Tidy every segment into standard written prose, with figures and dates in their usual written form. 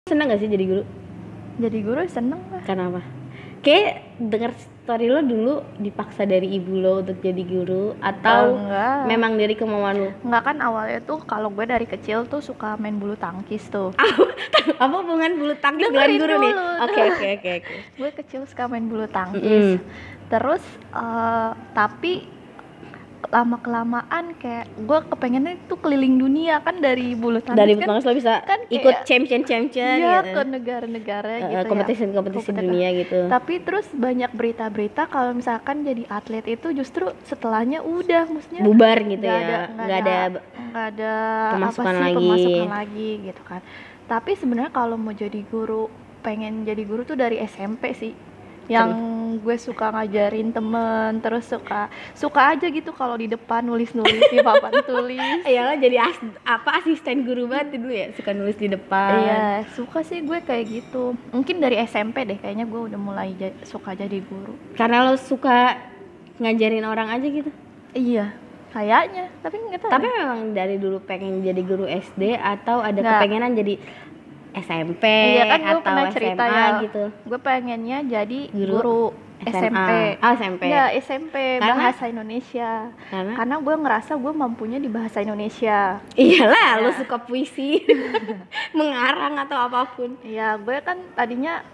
Seneng gak sih jadi guru? Jadi guru seneng lah. Kenapa? Kayak denger story lo dulu dipaksa dari ibu lo untuk jadi guru atau Enggak. memang dari kemauan lo? Enggak, kan awalnya tuh kalau gue dari kecil tuh suka main bulu tangkis tuh. Apa hubungan bulu tangkis dengan Dengerin guru nih? dulu. Oke. Gue kecil suka main bulu tangkis. Terus tapi lama-kelamaan kayak gue kepengennya tuh keliling dunia kan dari bulu tangkis. Dari kan, bulu tangkis lo bisa kan ikut kayak, champion iya, gitu. ke negara-negara gitu Kompetisi dunia gitu. Tapi terus banyak berita-berita kalau misalkan jadi atlet itu justru setelahnya udah maksudnya Bubar gitu nggak ada pemasukan lagi gitu kan. Tapi sebenarnya kalau mau jadi guru, pengen jadi guru tuh dari SMP sih. Yang gue suka ngajarin temen, terus suka aja gitu kalau di depan nulis di papan tulis. Iyalah, jadi asisten guru banget dulu ya, suka nulis di depan. Iya, suka sih gue kayak gitu. Mungkin dari SMP deh kayaknya gue udah mulai suka jadi guru. Karena lo suka ngajarin orang aja gitu? Iya, kayaknya, tapi nggak tahu. Tapi memang dari dulu pengen jadi guru SD atau ada kepengenan jadi SMP, iya, kan gue atau pernah cerita SMA ya, gitu? Gue pengennya jadi guru SMP. SMP. Ya, SMP bahasa Indonesia. Karena gue ngerasa gue mampunya di bahasa Indonesia. Iyalah, lo suka puisi, mengarang atau apapun. Iya, gue kan tadinya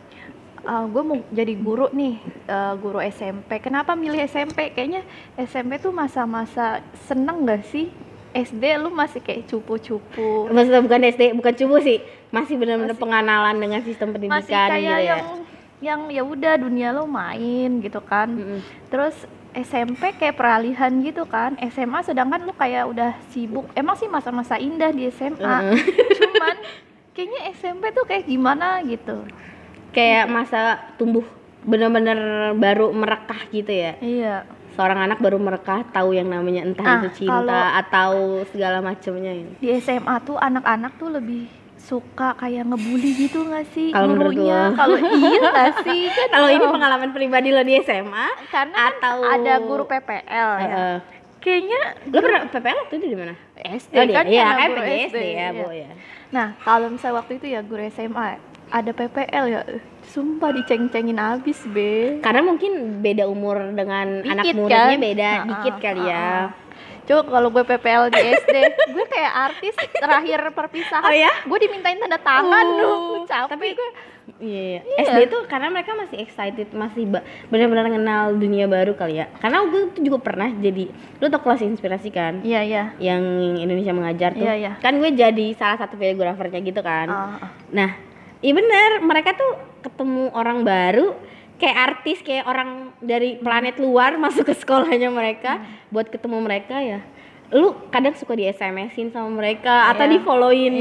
gue mau jadi guru nih, guru SMP. Kenapa milih SMP? Kayaknya SMP tuh masa-masa seneng gak sih? SD lu masih kayak cupu-cupu. Maksudnya bukan SD, bukan cupu sih. Masih benar-benar pengenalan dengan sistem pendidikan masih kayak gitu ya. Yang ya udah dunia lo main gitu kan. Terus SMP kayak peralihan gitu kan. SMA sedangkan lu kayak udah sibuk. Emang sih masa-masa indah di SMA. Cuman kayaknya SMP tuh kayak gimana gitu. Kayak masa tumbuh benar-benar baru merekah gitu ya. Iya. Seorang anak baru merekah, tahu yang namanya entah itu cinta atau segala macamnya gitu. Di SMA tuh anak-anak tuh lebih suka kayak ngebully gitu nggak sih gurunya? Kalau iya nggak sih? Kan kalau ini pengalaman pribadi lo di SMA karena atau ada guru PPL ya. Kayaknya lo pernah PPL waktu itu di mana? SD kan? Iya, kan guru SD ya, Bu ya. Nah, kalau misalnya waktu itu ya guru SMA ada PPL ya, sumpah diceng-cengin abis be. Karena mungkin beda umur dengan dikit, anak muridnya kan? beda dikit kali ya. Coba kalau gue PPL di SD, gue kayak artis terakhir perpisahan. Oh ya? Gue dimintain tanda tangan loh, capek. Tapi gue. Iya. SD tuh karena mereka masih excited, masih benar-benar kenal dunia baru kali ya. Karena gue tuh juga pernah jadi, lu tau kelas inspirasi kan? Iya. Yang Indonesia Mengajar tuh. Iya. Kan gue jadi salah satu videografernya gitu kan. Nah, iya bener, mereka tuh ketemu orang baru, kayak artis, kayak orang dari planet luar masuk ke sekolahnya mereka buat ketemu mereka ya. Lu kadang suka di SMS-in sama mereka atau di follow-in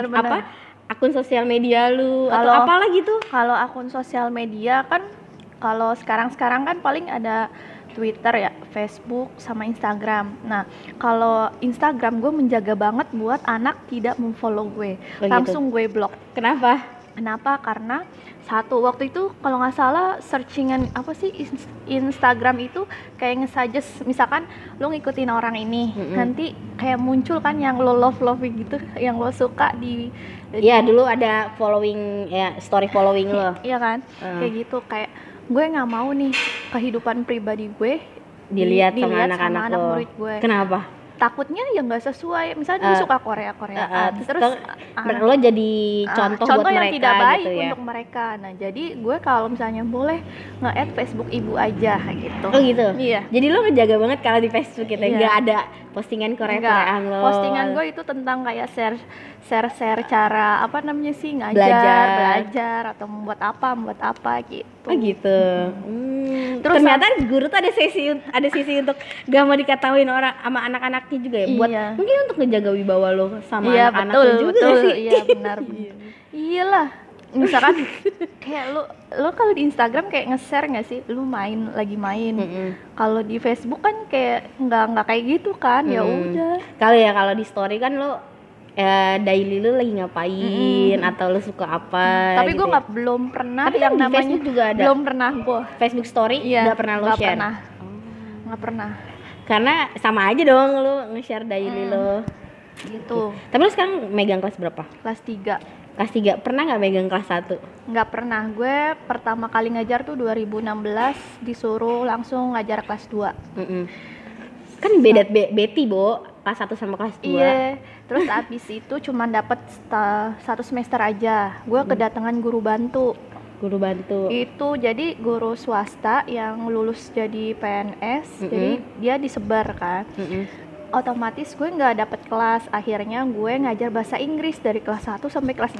akun sosial media lu atau apalah gitu. Kalau akun sosial media kan kalau sekarang kan paling ada Twitter ya, Facebook sama Instagram. Nah, kalau Instagram gue menjaga banget buat anak tidak memfollow gue. Langsung gue blok. Kenapa? Karena satu waktu itu kalau nggak salah searchingan apa sih Instagram itu kayak nge-suggest misalkan lo ngikutin orang ini nanti kayak muncul kan yang lo love gitu, yang lo suka di. Iya, dulu ada following ya, story following lo. Iya kan? Kayak gitu, kayak gue nggak mau nih kehidupan pribadi gue dilihat sama anak-anak murid gue. Kenapa? Takutnya ya nggak sesuai, misalnya dia suka Korea terus lo jadi contoh buat yang mereka tidak baik gitu ya? Untuk mereka. Nah jadi gue kalau misalnya boleh nge-add Facebook ibu aja gitu. Oh gitu? Iya. Jadi lo ngejaga banget kalau di Facebook gitu, nggak ada postingan Koreaan lo? Postingan gue itu tentang kayak share cara apa namanya sih, belajar atau membuat apa gitu. Oh gitu. Terus ternyata guru tuh ada sisi untuk gak mau diketahuin orang sama anak-anaknya juga ya, buat mungkin untuk ngejaga wibawa lo sama anak-anaknya juga. Betul. Iya benar. Iyalah, misalkan kayak lo kalau di Instagram kayak nge-share nggak sih, lu lagi main. Kalau di Facebook kan kayak nggak kayak gitu kan. Ya udah. Kalau di story kan lo daily lu lagi ngapain atau lu suka apa. Tapi gitu gue belum pernah. Tapi yang kan namanya Facebook juga ada. Belum pernah gue. Facebook story nggak pernah lo share. Nggak pernah. Karena sama aja dong lu nge-share daily lo. gitu. Tapi lu sekarang megang kelas berapa? Kelas 3. Kelas 3. Pernah nggak megang kelas 1? Nggak pernah. Gue pertama kali ngajar tuh 2016, disuruh langsung ngajar kelas 2. Kan beda Betty, Bo. Kelas 1 sama kelas 2. Iya. Terus abis itu cuma dapat 1 semester aja. Gue kedatangan guru bantu. Guru bantu. Itu jadi guru swasta yang lulus jadi PNS. Jadi dia disebar kan. Otomatis gue nggak dapet kelas, akhirnya gue ngajar bahasa Inggris dari kelas 1 sampai kelas 6.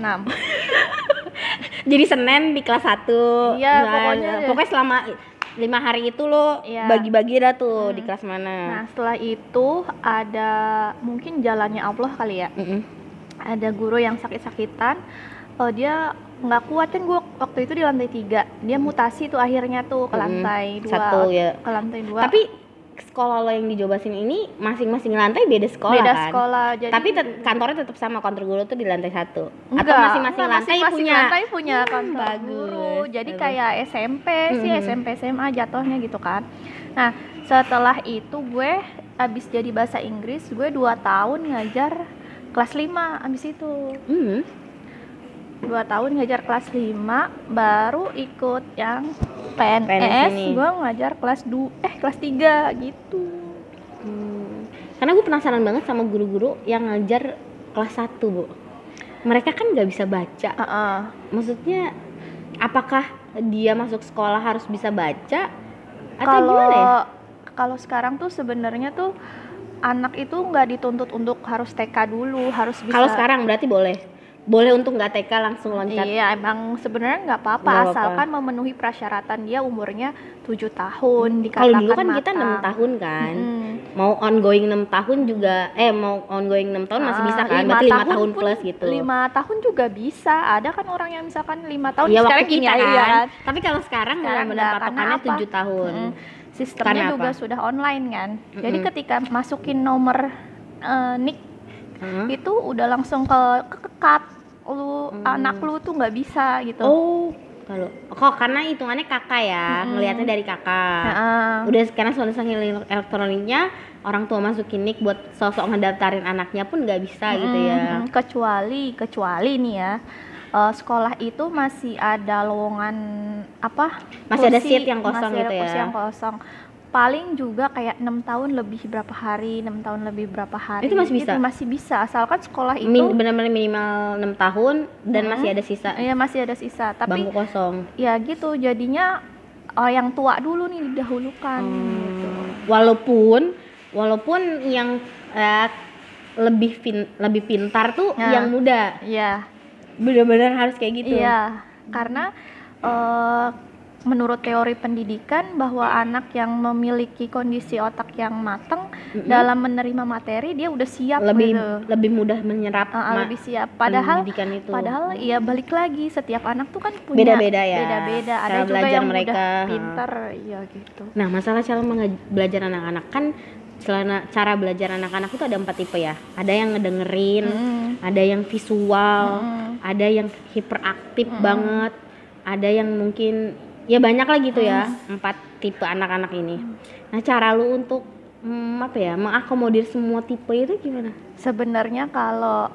Jadi Senin di kelas 1. Iya, pokoknya selama 5 hari itu lo bagi-bagi dah tuh di kelas mana. Nah setelah itu ada mungkin jalannya Allah kali ya. Ada guru yang sakit-sakitan, dia nggak kuat kan, gue waktu itu di lantai 3, dia mutasi tuh akhirnya tuh ke lantai 2. Ke lantai 2. Tapi sekolah lo yang di Jobasin ini masing-masing lantai beda sekolah beda kan? Sekolah. Jadi tapi kantornya tetap sama, kantor guru tuh di lantai 1. Atau masing-masing lantai punya kantor guru. Jadi kayak SMP sih, SMP SMA jatuhnya gitu kan. Nah setelah itu gue abis jadi bahasa Inggris, gue 2 tahun ngajar kelas 5 abis itu. 2 tahun ngajar kelas 5, baru ikut yang PNS gue ngajar kelas 3 gitu. Karena gue penasaran banget sama guru-guru yang ngajar kelas 1, Bu. Mereka kan nggak bisa baca. Maksudnya apakah dia masuk sekolah harus bisa baca atau gimana ya? Kalau sekarang tuh sebenarnya tuh anak itu nggak dituntut untuk harus TK dulu, harus bisa. Kalau sekarang berarti boleh untuk nggak TK langsung loncat. Iya, emang sebenarnya nggak apa-apa asalkan memenuhi persyaratan dia umurnya 7 tahun dikatakan. Kalau dulu kan kita 6 tahun kan. Mau ongoing 6 tahun juga mau ongoing 6 tahun masih bisa kan? Berarti 5 tahun plus gitu. 5 tahun juga bisa. Ada kan orang yang misalkan 5 tahun ya, sekarang gini kan. Ya. Tapi kalau sekarang benar-benar patokannya 7 tahun. Sistemnya juga sudah online kan. Jadi ketika masukin nomor NIK itu udah langsung kekat anak lu tuh nggak bisa gitu. Kalau karena hitungannya kakak ya, ngelihatnya dari kakak. Udah sekarang soal elektroniknya orang tua masukin NIK buat sosok ngedaftarin anaknya pun nggak bisa gitu ya. Kecuali nih ya, sekolah itu masih ada lowongan masih ada seat yang kosong gitu ya. Kursi yang kosong. Paling juga kayak 6 tahun lebih berapa hari. Itu masih bisa asalkan sekolah itu benar-benar minimal 6 tahun dan masih ada sisa. Iya, masih ada sisa, tapi bangku kosong. Ya gitu, jadinya yang tua dulu nih didahulukan gitu. Walaupun yang lebih pintar tuh yang muda. Iya. Benar-benar harus kayak gitu. Iya, karena menurut teori pendidikan bahwa anak yang memiliki kondisi otak yang matang dalam menerima materi dia udah siap lebih mudah menyerap lebih siap. Padahal ya balik lagi setiap anak tuh kan punya beda-beda. Ada juga yang mudah pintar ya gitu. Nah, masalah cara belajar anak-anak kan cara belajar anak-anak itu ada 4 tipe ya. Ada yang ngedengerin, ada yang visual, ada yang hiperaktif banget, ada yang mungkin ya banyak lah gitu ya, 4 tipe anak-anak ini. Nah, cara lu untuk mengakomodir semua tipe itu gimana? Sebenarnya kalau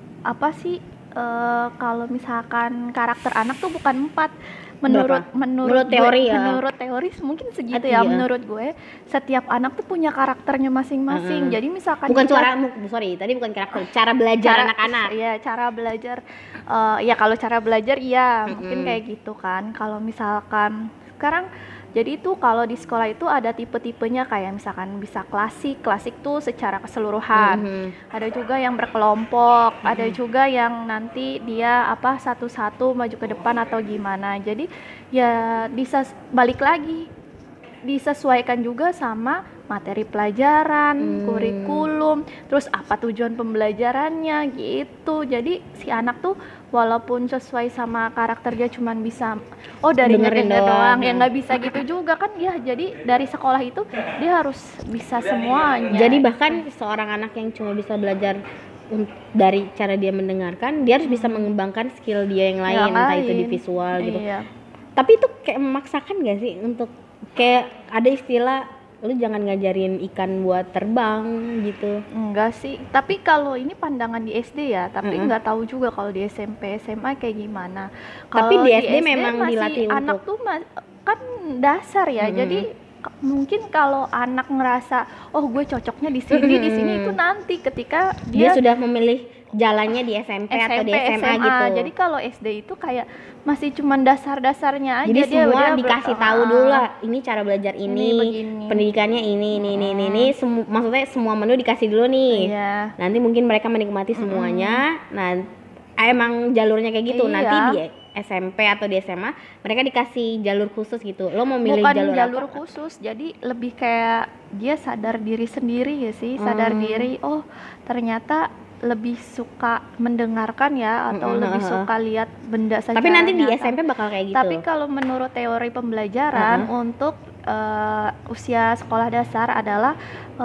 kalau misalkan karakter anak tuh bukan 4. Menurut teori gue, menurut teori mungkin segitu ya. Menurut gue setiap anak tuh punya karakternya masing-masing. Jadi misalkan tadi bukan karakter, cara belajar anak-anak. Iya, cara belajar. Kalau cara belajar mungkin kayak gitu kan. Kalau misalkan sekarang jadi itu kalau di sekolah itu ada tipe-tipenya, kayak misalkan bisa klasik tuh secara keseluruhan. Ada juga yang berkelompok, ada juga yang nanti dia satu-satu maju ke depan atau gimana. Jadi ya bisa balik lagi disesuaikan juga sama materi pelajaran, kurikulum, terus apa tujuan pembelajarannya gitu. Jadi si anak tuh walaupun sesuai sama karakter dia cuman bisa dari ngedenger doang, ya nggak bisa gitu juga kan ya. Jadi dari sekolah itu dia harus bisa semuanya. Jadi bahkan seorang anak yang cuma bisa belajar dari cara dia mendengarkan, dia harus bisa mengembangkan skill dia yang lain, entah itu di visual gitu. Tapi itu kayak memaksakan gak sih untuk kayak ada istilah lu jangan ngajarin ikan buat terbang gitu. Enggak sih, tapi kalau ini pandangan di SD ya, tapi nggak tahu juga kalau di SMP SMA kayak gimana. Tapi Kalau di SD memang masih dilatih anak untuk tuh kan dasar ya, jadi mungkin kalau anak ngerasa oh gue cocoknya di sini itu nanti ketika dia sudah memilih jalannya di SMP atau di SMA gitu. Jadi kalau SD itu kayak masih cuman dasar-dasarnya aja. Jadi dia semua udah dikasih tahu dulu lah, ini cara belajar ini pendidikannya ini. Maksudnya semua menu dikasih dulu nih. Iya. Nanti mungkin mereka menikmati semuanya. Nah, emang jalurnya kayak gitu. Iya. Nanti di SMP atau di SMA mereka dikasih jalur khusus gitu. Lo mau milih bukan jalur apa? Khusus, jadi lebih kayak dia sadar diri sendiri ya sih, sadar diri. Oh ternyata lebih suka mendengarkan ya, atau lebih suka lihat benda secara Tapi nanti nyata. di SMP bakal kayak gitu. Tapi kalau menurut teori pembelajaran untuk usia sekolah dasar adalah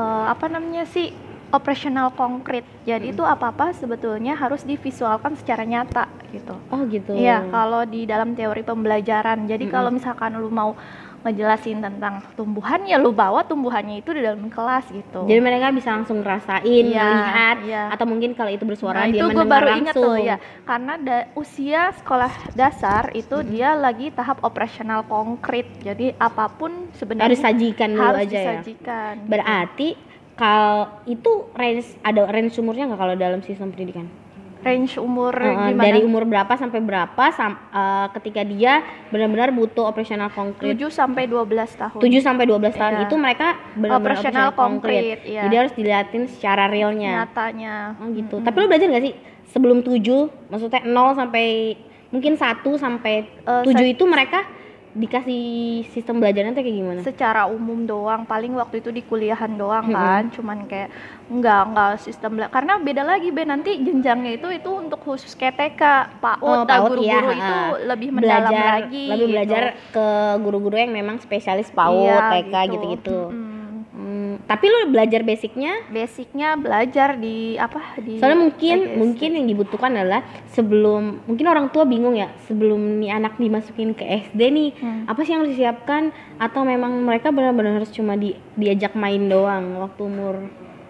operasional konkret. Jadi itu apa-apa sebetulnya harus divisualkan secara nyata gitu. Oh gitu. Iya, kalau di dalam teori pembelajaran. Jadi kalau misalkan lu mau ngejelasin tentang tumbuhan, ya lu bawa tumbuhannya itu di dalam kelas gitu. Jadi mereka bisa langsung ngerasain, melihat, atau mungkin kalau itu bersuara dia mendengar langsung. Itu gue baru ingat tuh ya, karena usia sekolah dasar itu dia lagi tahap operasional konkret. Jadi apapun sebenarnya harus sajikan dulu harus aja disajikan. Ya. Berarti kalau itu ada range umurnya nggak kalau dalam sistem pendidikan? Range umur gimana? Dari umur berapa sampai berapa ketika dia benar-benar butuh operasional konkret? 7 sampai 12 tahun. 7 sampai 12 tahun itu mereka benar-benar operasional konkret. Iya. Jadi harus dilihatin secara realnya. Nyatanya. Oh gitu. Tapi lo belajar nggak sih sebelum 7, maksudnya 0 sampai mungkin 1 sampai 7 itu mereka dikasih sistem belajarnya tuh kayak gimana? Secara umum doang, paling waktu itu di kuliahan doang kan, cuman kayak enggak sistem karena beda lagi nanti jenjangnya itu untuk khusus kayak TK, PAUD, guru-guru itu lebih mendalam lagi. Lebih belajar ke guru-guru yang memang spesialis PAUD, TK gitu-gitu. Tapi lu belajar basicnya belajar di soalnya mungkin yang dibutuhkan adalah sebelum, mungkin orang tua bingung ya, sebelum nih anak dimasukin ke SD nih apa sih yang harus disiapkan, atau memang mereka benar-benar harus cuma diajak main doang waktu umur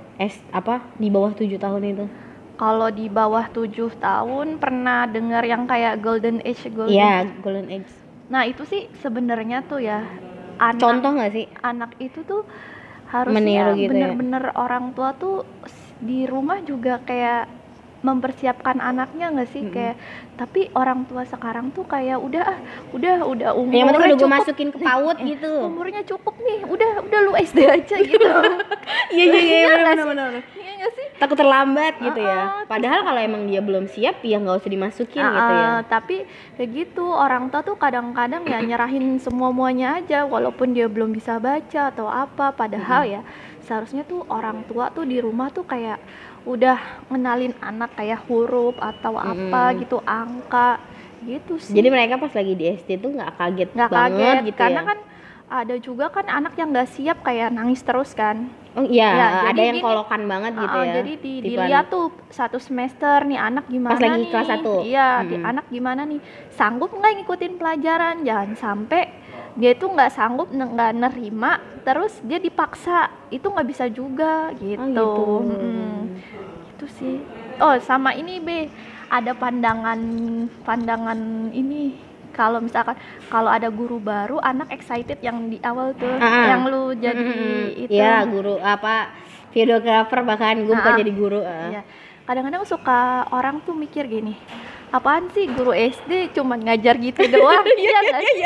di bawah 7 tahun itu. Kalau di bawah 7 tahun pernah dengar yang kayak golden age. Iya, golden age. Nah itu sih sebenarnya tuh ya contoh nggak sih anak itu tuh harusnya gitu bener-bener orang tua tuh di rumah juga kayak mempersiapkan anaknya nggak sih, kayak tapi orang tua sekarang tuh kayak udah umurnya yang udah gue cukup, masukin ke PAUD gitu, umurnya cukup nih, udah lu SD aja gitu. Iya benar. Iya nggak sih, takut terlambat gitu ya, padahal kalau emang dia belum siap ya nggak usah dimasukin gitu ya. Tapi kayak gitu orang tua tuh kadang-kadang ya nyerahin semuanya aja walaupun dia belum bisa baca atau apa, padahal ya seharusnya tuh orang tua tuh di rumah tuh kayak udah ngenalin anak kayak huruf atau apa gitu, angka gitu sih. Jadi mereka pas lagi di SD tuh nggak kaget banget gitu karena ya. Kan ada juga kan anak yang nggak siap kayak nangis terus kan. Oh iya, ada yang kolokan banget gitu ya. Jadi dilihat tuh satu semester nih anak gimana pas lagi nih. kelas 1. Iya, anak gimana nih, sanggup nggak ngikutin pelajaran, jangan sampai dia tuh nggak sanggup, nggak nerima, terus dia dipaksa, itu nggak bisa juga gitu. Itu sih. Oh sama ini ada pandangan ini, kalau misalkan kalau ada guru baru, anak excited yang di awal tuh, yang lu jadi itu. Iya, guru videographer, bahkan gue bukan jadi guru. Iya. Kadang-kadang suka orang tuh mikir gini, apaan sih guru SD cuman ngajar gitu doang? Iya nggak sih?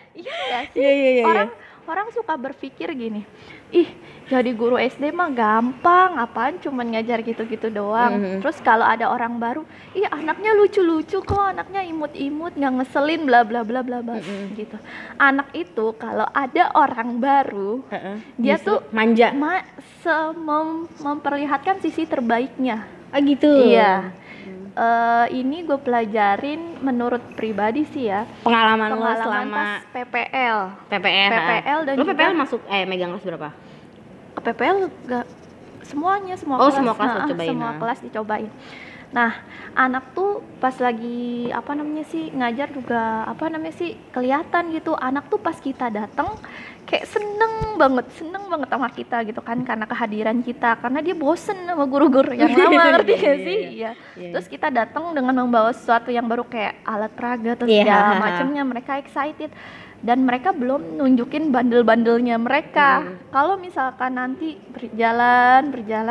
Iya. Orang suka berpikir gini, ih jadi guru SD mah gampang, apaan cuman ngajar gitu-gitu doang. Terus kalau ada orang baru, ih anaknya lucu-lucu kok, anaknya imut-imut, nggak ngeselin, bla bla bla bla bla gitu. Anak itu kalau ada orang baru, dia tuh manja, memperlihatkan sisi terbaiknya. Gitu. Iya. Ini gue pelajarin menurut pribadi sih ya, pengalaman lo selama pas PPL dan lo PPL masuk megang kelas berapa? PPL gak semuanya, semua kelas dicobain. Nah anak tuh pas lagi ngajar juga kelihatan gitu, anak tuh pas kita datang kayak seneng banget sama kita gitu kan, karena kehadiran kita, karena dia bosen sama guru-guru yang lama, ngerti gak sih? Iya. Terus kita datang dengan membawa sesuatu yang baru kayak alat peraga terus segala macamnya, mereka excited. Dan mereka belum nunjukin bandel-bandelnya mereka. Kalau misalkan nanti berjalan,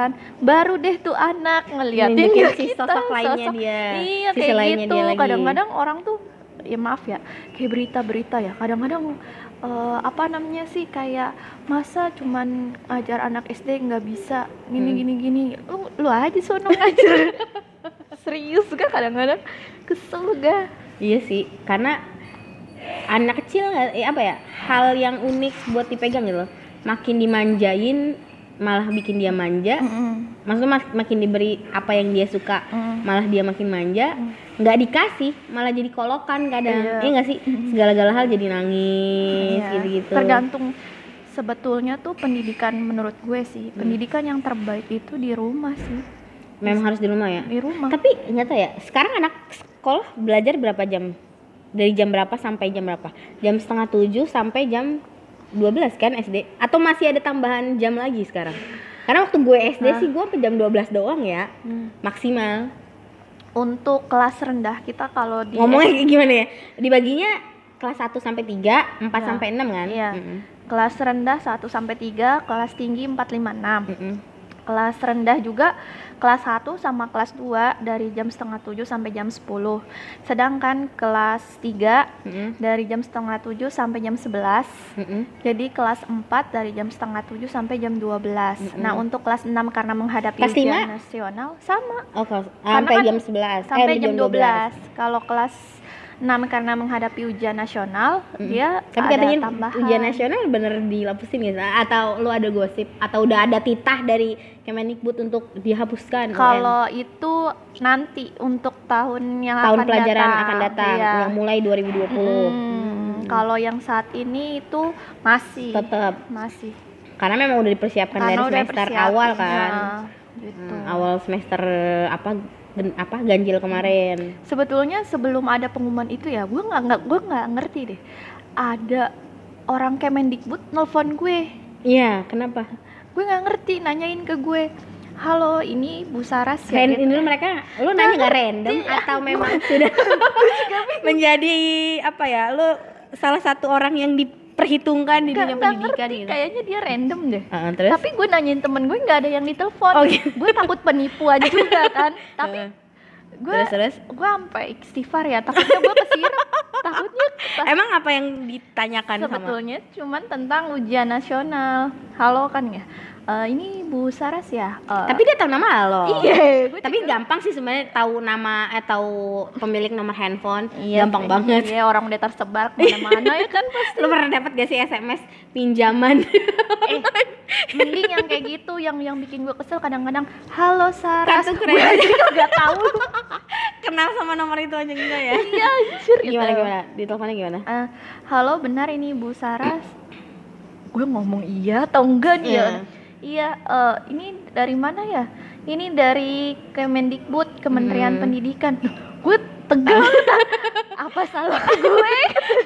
baru deh tuh anak ngeliatin si sosok lainnya dia. Iya, kayak gitu. Kadang-kadang orang tuh, ya maaf ya, kayak berita-berita ya. Kadang-kadang apa namanya sih, kayak masa cuman ajar anak SD nggak bisa gini. Lu aja sono ngajar. Serius gak, kadang-kadang kesel gak? Iya sih, karena anak kecil apa ya, hal yang unik buat dipegang gitu loh. Makin dimanjain malah bikin dia manja. Maksudnya makin diberi apa yang dia suka malah dia makin manja. Nggak dikasih malah jadi kolokan kadang. Iya nggak sih, segala-gala hal jadi nangis gitu. Tergantung sebetulnya tuh pendidikan, menurut gue sih pendidikan yang terbaik itu di rumah sih. Memang harus di rumah ya. Di rumah. Tapi nggak tahu ya, sekarang anak sekolah belajar berapa jam? Dari jam berapa sampai jam berapa? Jam 6:30 sampai jam 12 kan SD? Atau masih ada tambahan jam lagi sekarang? Karena waktu gue SD sih gue sampai jam 12 doang ya, maksimal. Untuk kelas rendah kita kalau di ngomongnya gimana ya? Dibaginya kelas 1 sampai 3, 4 sampai 6 kan? Iya. Kelas rendah 1 sampai 3, kelas tinggi 4, 5, 6. Kelas rendah juga kelas 1 sama kelas 2 dari jam 6:30 sampai jam 10. Sedangkan kelas 3 dari jam 6:30 sampai jam 11. Jadi kelas 4 dari jam 6:30 sampai jam 12. Nah, untuk kelas 6 karena menghadapi kelas ujian nasional sama. Sampai jam 11. Sampai jam 12. Kalau kelas 6 karena menghadapi ujian nasional, dia tapi ada katanya tambahan. Ujian nasional bener dilapisin gitu, atau lu ada gosip atau udah ada titah dari Kemendikbud untuk dihapuskan? Kalau itu nanti untuk tahun yang tahun akan pelajaran datang. akan datang, yang mulai 2020. Kalau yang saat ini itu masih tetap masih karena memang udah dipersiapkan dari semester awal kan. Gitu. Awal semester apa ganjil kemarin. Sebetulnya sebelum ada pengumuman itu ya, gue nggak ngerti deh. Ada orang Kemendikbud nelfon gue. Iya, kenapa? Gue nggak ngerti, nanyain ke gue, halo ini Bu Saras ya? Gitu. Dulu mereka, lu nanya nggak random atau memang sudah menjadi apa ya? Lu salah satu orang yang diperhitungkan di dunia pendidikan gitu. Kayaknya dia random deh. Terus? Tapi gue nanyain temen gue nggak ada yang ditelepon. Gue takut penipu aja juga kan. Tapi gue sampai istighfar ya, takutnya gue kesiram. Takutnya emang apa yang ditanyakan sebetulnya cuman tentang ujian nasional. Halo kan ya, ini Bu Saras ya. Tapi dia tahu nama lo. Iya. Tapi gampang sih sebenarnya tahu nama atau pemilik nomor handphone. Gampang banget. Iya, orang udah tersebar kemana-mana ya kan pasti. Lo pernah dapat gak sih SMS pinjaman? Mending yang kayak gitu, yang bikin gue kesel kadang-kadang. Halo Saras. Kartu kredit gak tahu. Kenal sama nomor itu aja enggak ya? Iya, anjir. Gimana? Di teleponnya gimana? Halo, benar ini Bu Saras. Gue ngomong iya atau enggak nih ya? Iya, ini dari mana ya? Ini dari Kemendikbud, Kementerian Pendidikan. Gue tegang. Apa salah gue?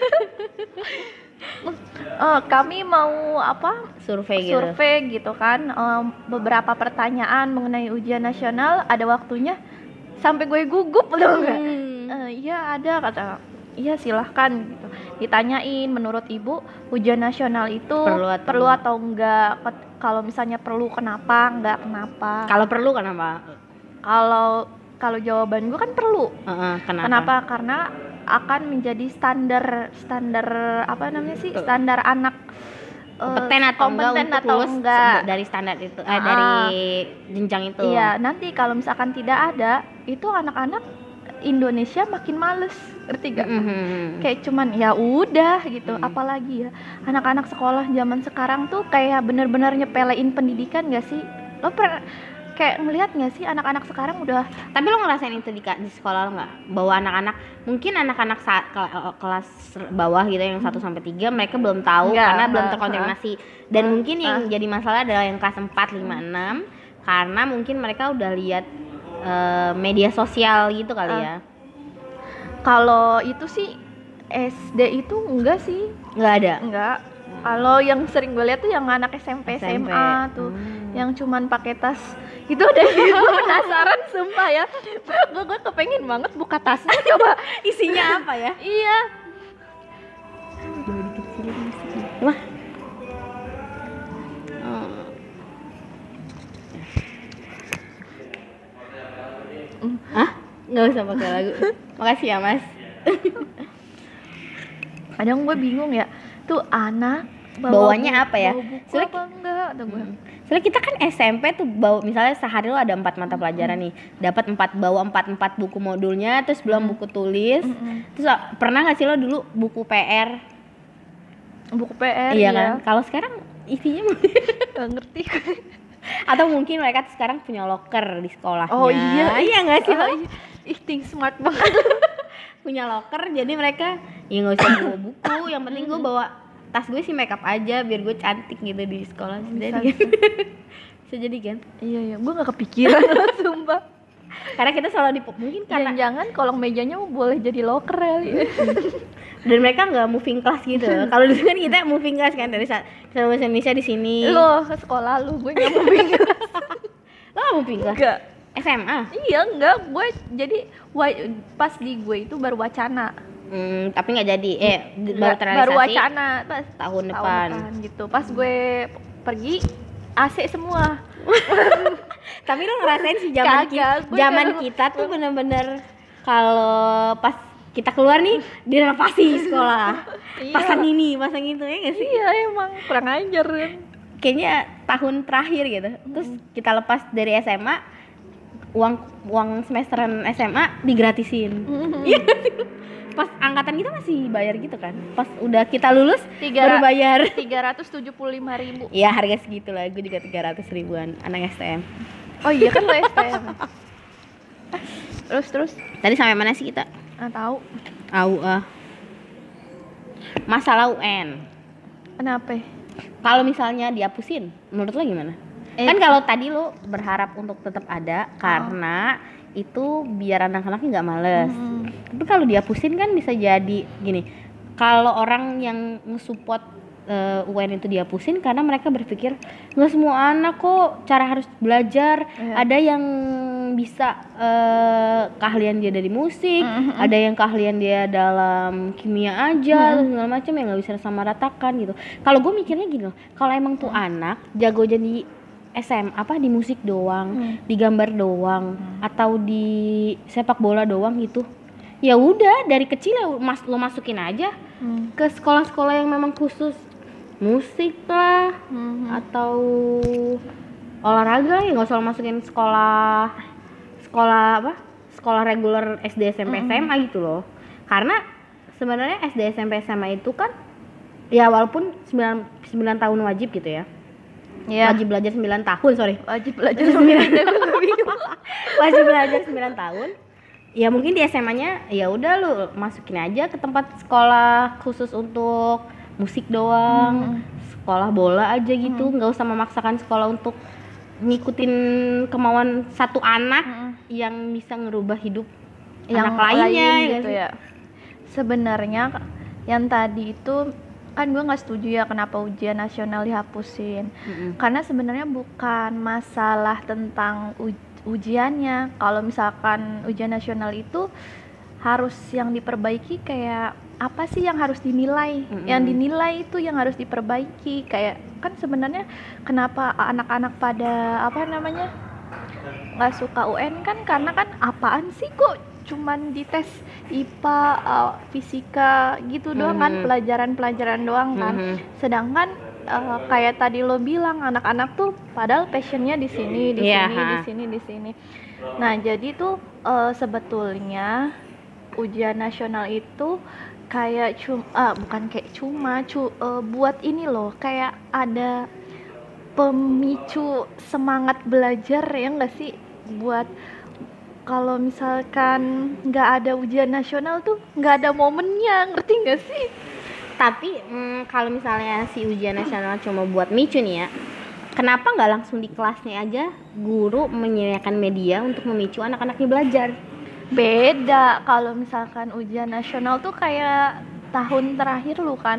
Kami mau survei gitu kan, beberapa pertanyaan mengenai ujian nasional, ada waktunya. Sampai gue gugup loh nggak? Iya ada, kata. Iya silahkan gitu. Ditanyain, menurut ibu ujian nasional itu perlu atau enggak? Kalau misalnya perlu kenapa? Enggak kenapa? Kalau perlu kenapa? Kalau jawaban gue kan perlu. Kenapa? Karena akan menjadi standar apa namanya sih? Standar anak kompeten atau enggak dari standar itu, dari jenjang itu. Iya, nanti kalau misalkan tidak ada, itu anak-anak Indonesia makin males, ngerti gak? Kayak cuman ya udah gitu. Apalagi ya anak-anak sekolah zaman sekarang tuh kayak bener-bener nyepelein pendidikan gak sih? Lo kayak ngelihat nggak sih anak-anak sekarang udah. Tapi lo ngerasain itu di sekolah lo nggak, bahwa mungkin anak-anak kelas bawah gitu yang 1 sampai 3 mereka belum tahu karena belum terkontaminasi, dan mungkin yang jadi masalah adalah yang kelas 4, 5, 6 karena mungkin mereka udah lihat media sosial gitu kali ya. Kalau itu sih SD itu enggak sih, nggak ada. Enggak. Kalau yang sering gue lihat tuh yang anak SMP. SMA tuh, yang cuman pakai tas itu udah gue penasaran sumpah ya. Gue kepengen banget buka tasnya, coba isinya apa ya? Iya. Wah. Nggak usah pakai lagu. Makasih ya Mas. Kadang gue bingung ya, tuh anak bawanya apa ya? Bawa buku apa enggak tuh gue. Soalnya kita kan SMP tuh bawa, misalnya sehari lo ada 4 mata pelajaran nih, dapat 4 buku modulnya, terus belum buku tulis. Terus pernah nggak sih lo dulu buku PR? Buku PR iya kan? Kalau sekarang isinya nggak ngerti. Atau mungkin mereka tuh sekarang punya locker di sekolahnya. Oh iya, iya nggak sih? Ih, think smart banget. Punya locker, jadi mereka ya nggak usah bawa buku, yang penting gue bawa tas gue sih makeup aja biar gue cantik gitu di sekolah. Bisa jadi kan? Iya, gue nggak kepikiran sumpah. Karena kita selalu mungkin karena jangan kolong mejanya boleh jadi locker ya. Dan mereka nggak moving class gitu. Kalau dulu kan kita moving class kan, dari bahasa Indonesia di sini. Lo ke sekolah lu, gue nggak moving class. Lo nggak moving class? Enggak. SMA? Iya enggak, gue jadi pas di gue itu baru wacana. Tapi nggak jadi. Baru terrealisasi. Baru wacana pas tahun depan gitu. Pas gue pergi AC semua. Tapi lo ngerasain sih zaman kita tuh bener-bener kalau pas kita keluar nih direnovasi sekolah. Pasang ini, pasang itu, ya nggak sih? Iya, emang kurang ajar kan. Kayaknya tahun terakhir gitu. Terus kita lepas dari SMA, uang semesteran SMA digratisin. Iya. Pas angkatan kita masih bayar gitu kan. Pas udah kita lulus baru bayar 375.000. Iya, harga segitu lah. Gue juga 300 ribuan anak STM. Oh iya kan lo STM. Terus Tadi sampai mana sih kita? Tahu. Masalah UN. Kenapa? Kalau misalnya dihapusin, menurut lo gimana? Kan kalau tadi lo berharap untuk tetap ada karena itu biar anak-anaknya nggak males. Tapi kalau dihapusin kan bisa jadi gini. Kalau orang yang nge-support UN itu dihapusin karena mereka berpikir nggak semua anak kok cara harus belajar. Ada yang bisa keahlian dia dari musik, ada yang keahlian dia dalam kimia aja, segala macam yang nggak bisa disamaratakan gitu. Kalau gue mikirnya gini loh, kalau emang tuh anak jago jadi di musik doang, di gambar doang, atau di sepak bola doang gitu, ya udah dari kecil ya lo masukin aja ke sekolah-sekolah yang memang khusus musik lah, atau olahraga, ya nggak usah masukin sekolah reguler SD SMP SMA gitu loh. Karena sebenarnya SD SMP SMA itu kan ya walaupun 9 tahun wajib gitu ya. Wajib belajar 9 tahun, Wajib belajar 9 tahun. Wajib belajar 9 tahun. Ya mungkin di SMA-nya ya udah lu masukin aja ke tempat sekolah khusus untuk musik doang, sekolah bola aja gitu, nggak usah memaksakan sekolah untuk ngikutin kemauan satu anak yang bisa ngerubah hidup yang anak lainnya gitu ya. Sebenarnya yang tadi itu kan gue nggak setuju ya kenapa ujian nasional dihapusin. Karena sebenarnya bukan masalah tentang ujiannya. Kalau misalkan ujian nasional itu harus yang diperbaiki kayak apa sih yang harus dinilai? Yang dinilai itu yang harus diperbaiki. Kayak kan sebenarnya kenapa anak-anak pada nggak suka UN kan karena kan apaan sih kok cuman dites IPA, fisika gitu doang kan, pelajaran-pelajaran doang kan. Sedangkan kayak tadi lo bilang anak-anak tuh padahal passionnya di sini, di sini. Nah jadi tuh sebetulnya ujian nasional itu kayak buat ini loh, kayak ada pemicu semangat belajar ya nggak sih, buat kalau misalkan nggak ada ujian nasional tuh nggak ada momennya, ngerti nggak sih? Tapi kalau misalnya si ujian nasional cuma buat micu nih ya, kenapa nggak langsung di kelasnya aja guru menyediakan media untuk memicu anak-anaknya belajar? Beda kalau misalkan ujian nasional tuh kayak tahun terakhir lu kan,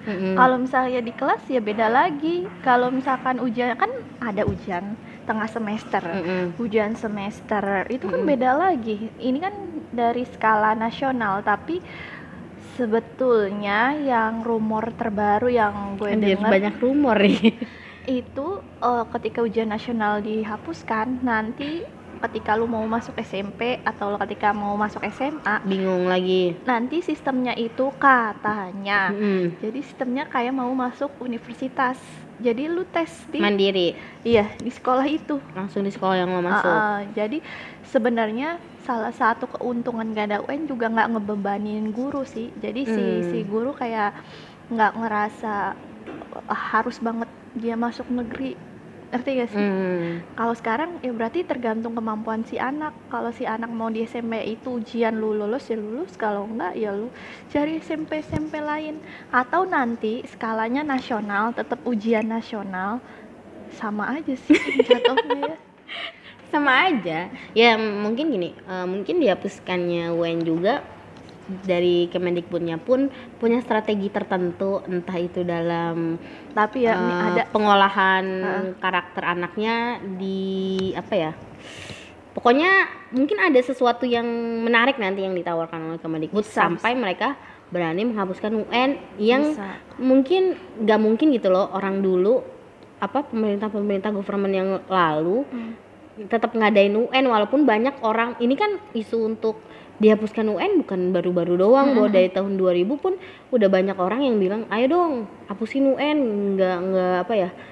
Kalau misalnya di kelas ya beda lagi. Kalau misalkan ujian kan ada ujian tengah semester, ujian semester itu kan beda lagi. Ini kan dari skala nasional, tapi sebetulnya yang rumor terbaru yang gue dengar, banyak rumor nih, itu ketika ujian nasional dihapuskan, nanti ketika lu mau masuk SMP atau ketika mau masuk SMA bingung lagi. Nanti sistemnya itu katanya, jadi sistemnya kayak mau masuk universitas. Jadi lu tes di mandiri. Iya, di sekolah itu. Langsung di sekolah yang lo masuk. Jadi sebenarnya salah satu keuntungan gak ada UN juga nggak ngebebanin guru sih. Jadi si guru kayak nggak ngerasa harus banget dia masuk negeri, ngerti gak sih? Kalau sekarang ya berarti tergantung kemampuan si anak. Kalau si anak mau di SMP itu ujian lu lulus ya lulus, kalau enggak ya lu cari SMP lain. Atau nanti skalanya nasional, tetap ujian nasional, sama aja sih jatuhnya ya. Sama aja ya, mungkin gini, mungkin dihapuskannya UN juga dari Kemendikbudnya pun punya strategi tertentu, entah itu dalam tapi ya ada pengolahan karakter anaknya di apa ya, pokoknya mungkin ada sesuatu yang menarik nanti yang ditawarkan oleh Kemendikbud sampai mereka berani menghapuskan UN yang mungkin nggak mungkin gitu loh. Orang dulu pemerintah government yang lalu tetap ngadain UN walaupun banyak orang, ini kan isu untuk dihapuskan UN bukan baru-baru doang, bahwa dari tahun 2000 pun udah banyak orang yang bilang ayo dong hapusin UN, nggak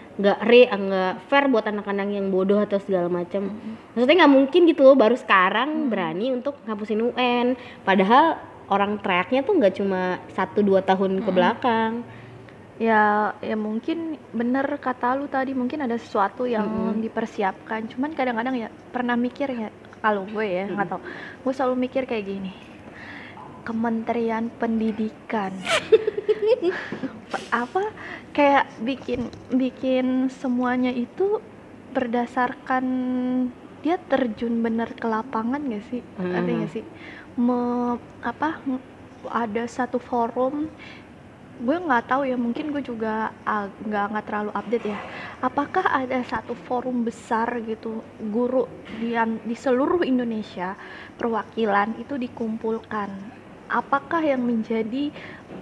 fair buat anak-anak yang bodoh atau segala macam. Maksudnya nggak mungkin gitu loh baru sekarang berani untuk hapusin UN, padahal orang teriaknya tuh nggak cuma 1-2 tahun ke belakang. Ya mungkin bener kata lu tadi, mungkin ada sesuatu yang dipersiapkan. Cuman kadang-kadang ya pernah mikir ya, kalau gue ya nggak tahu, gue selalu mikir kayak gini, Kementerian Pendidikan kayak bikin semuanya itu berdasarkan dia terjun bener ke lapangan gak sih? Ada gak sih ada satu forum, gue nggak tahu ya, mungkin gue juga nggak terlalu update ya, apakah ada satu forum besar gitu guru di seluruh Indonesia, perwakilan itu dikumpulkan, apakah yang menjadi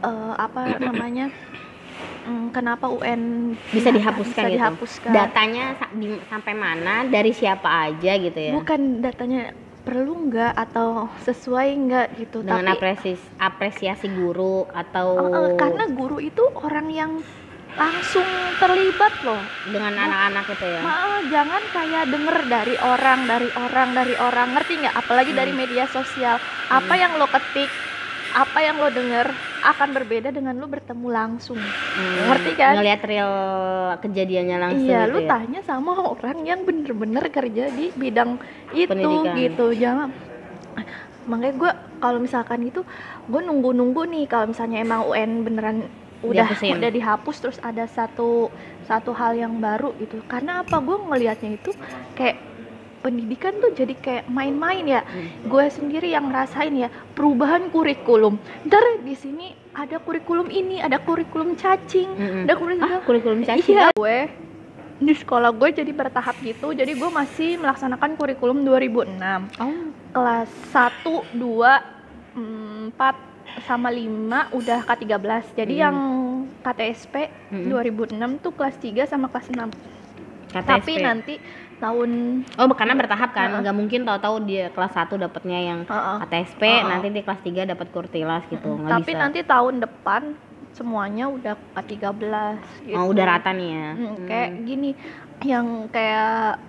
kenapa UN bisa dihapuskan gitu? Dihapuskan. Datanya sampai mana, dari siapa aja gitu ya? Bukan datanya perlu nggak atau sesuai nggak gitu, dengan tapi apresiasi guru atau karena guru itu orang yang langsung terlibat loh dengan anak-anak itu ya. Jangan kayak denger dari orang, ngerti nggak? Apalagi dari media sosial, apa yang lo ketik, apa yang lo denger akan berbeda dengan lo bertemu langsung. Ngerti kan? Ngelihat real kejadiannya langsung. Iya, gitu lu ya? tanya sama orang yang bener-bener kerja di bidang itu. Pendidikan. Gitu. Jangan, makanya gue kalau misalkan itu gue nunggu nih, kalau misalnya emang UN beneran udah dihapus, terus ada satu hal yang baru gitu. Karena apa, gue ngelihatnya itu kayak pendidikan tuh jadi kayak main-main ya. Gue sendiri yang ngerasain ya perubahan kurikulum. Ntar di sini ada kurikulum ini, ada kurikulum cacing, ada kurikulum cacing. Iya, gue di sekolah gue jadi bertahap gitu. Jadi gue masih melaksanakan kurikulum 2006. Kelas 1, 2, 4 sama 5 udah K13. Jadi yang KTSP 2006 tuh kelas 3 sama kelas 6. KTSP. Tapi nanti tahun karena bertahap kan, nggak mungkin tahu-tahu dia kelas 1 dapatnya yang KTSP, nanti di kelas 3 dapat kurtilas gitu. Tapi bisa. Nanti tahun depan semuanya udah K13 gitu. Udah rata nih ya. Kayak gini, yang kayak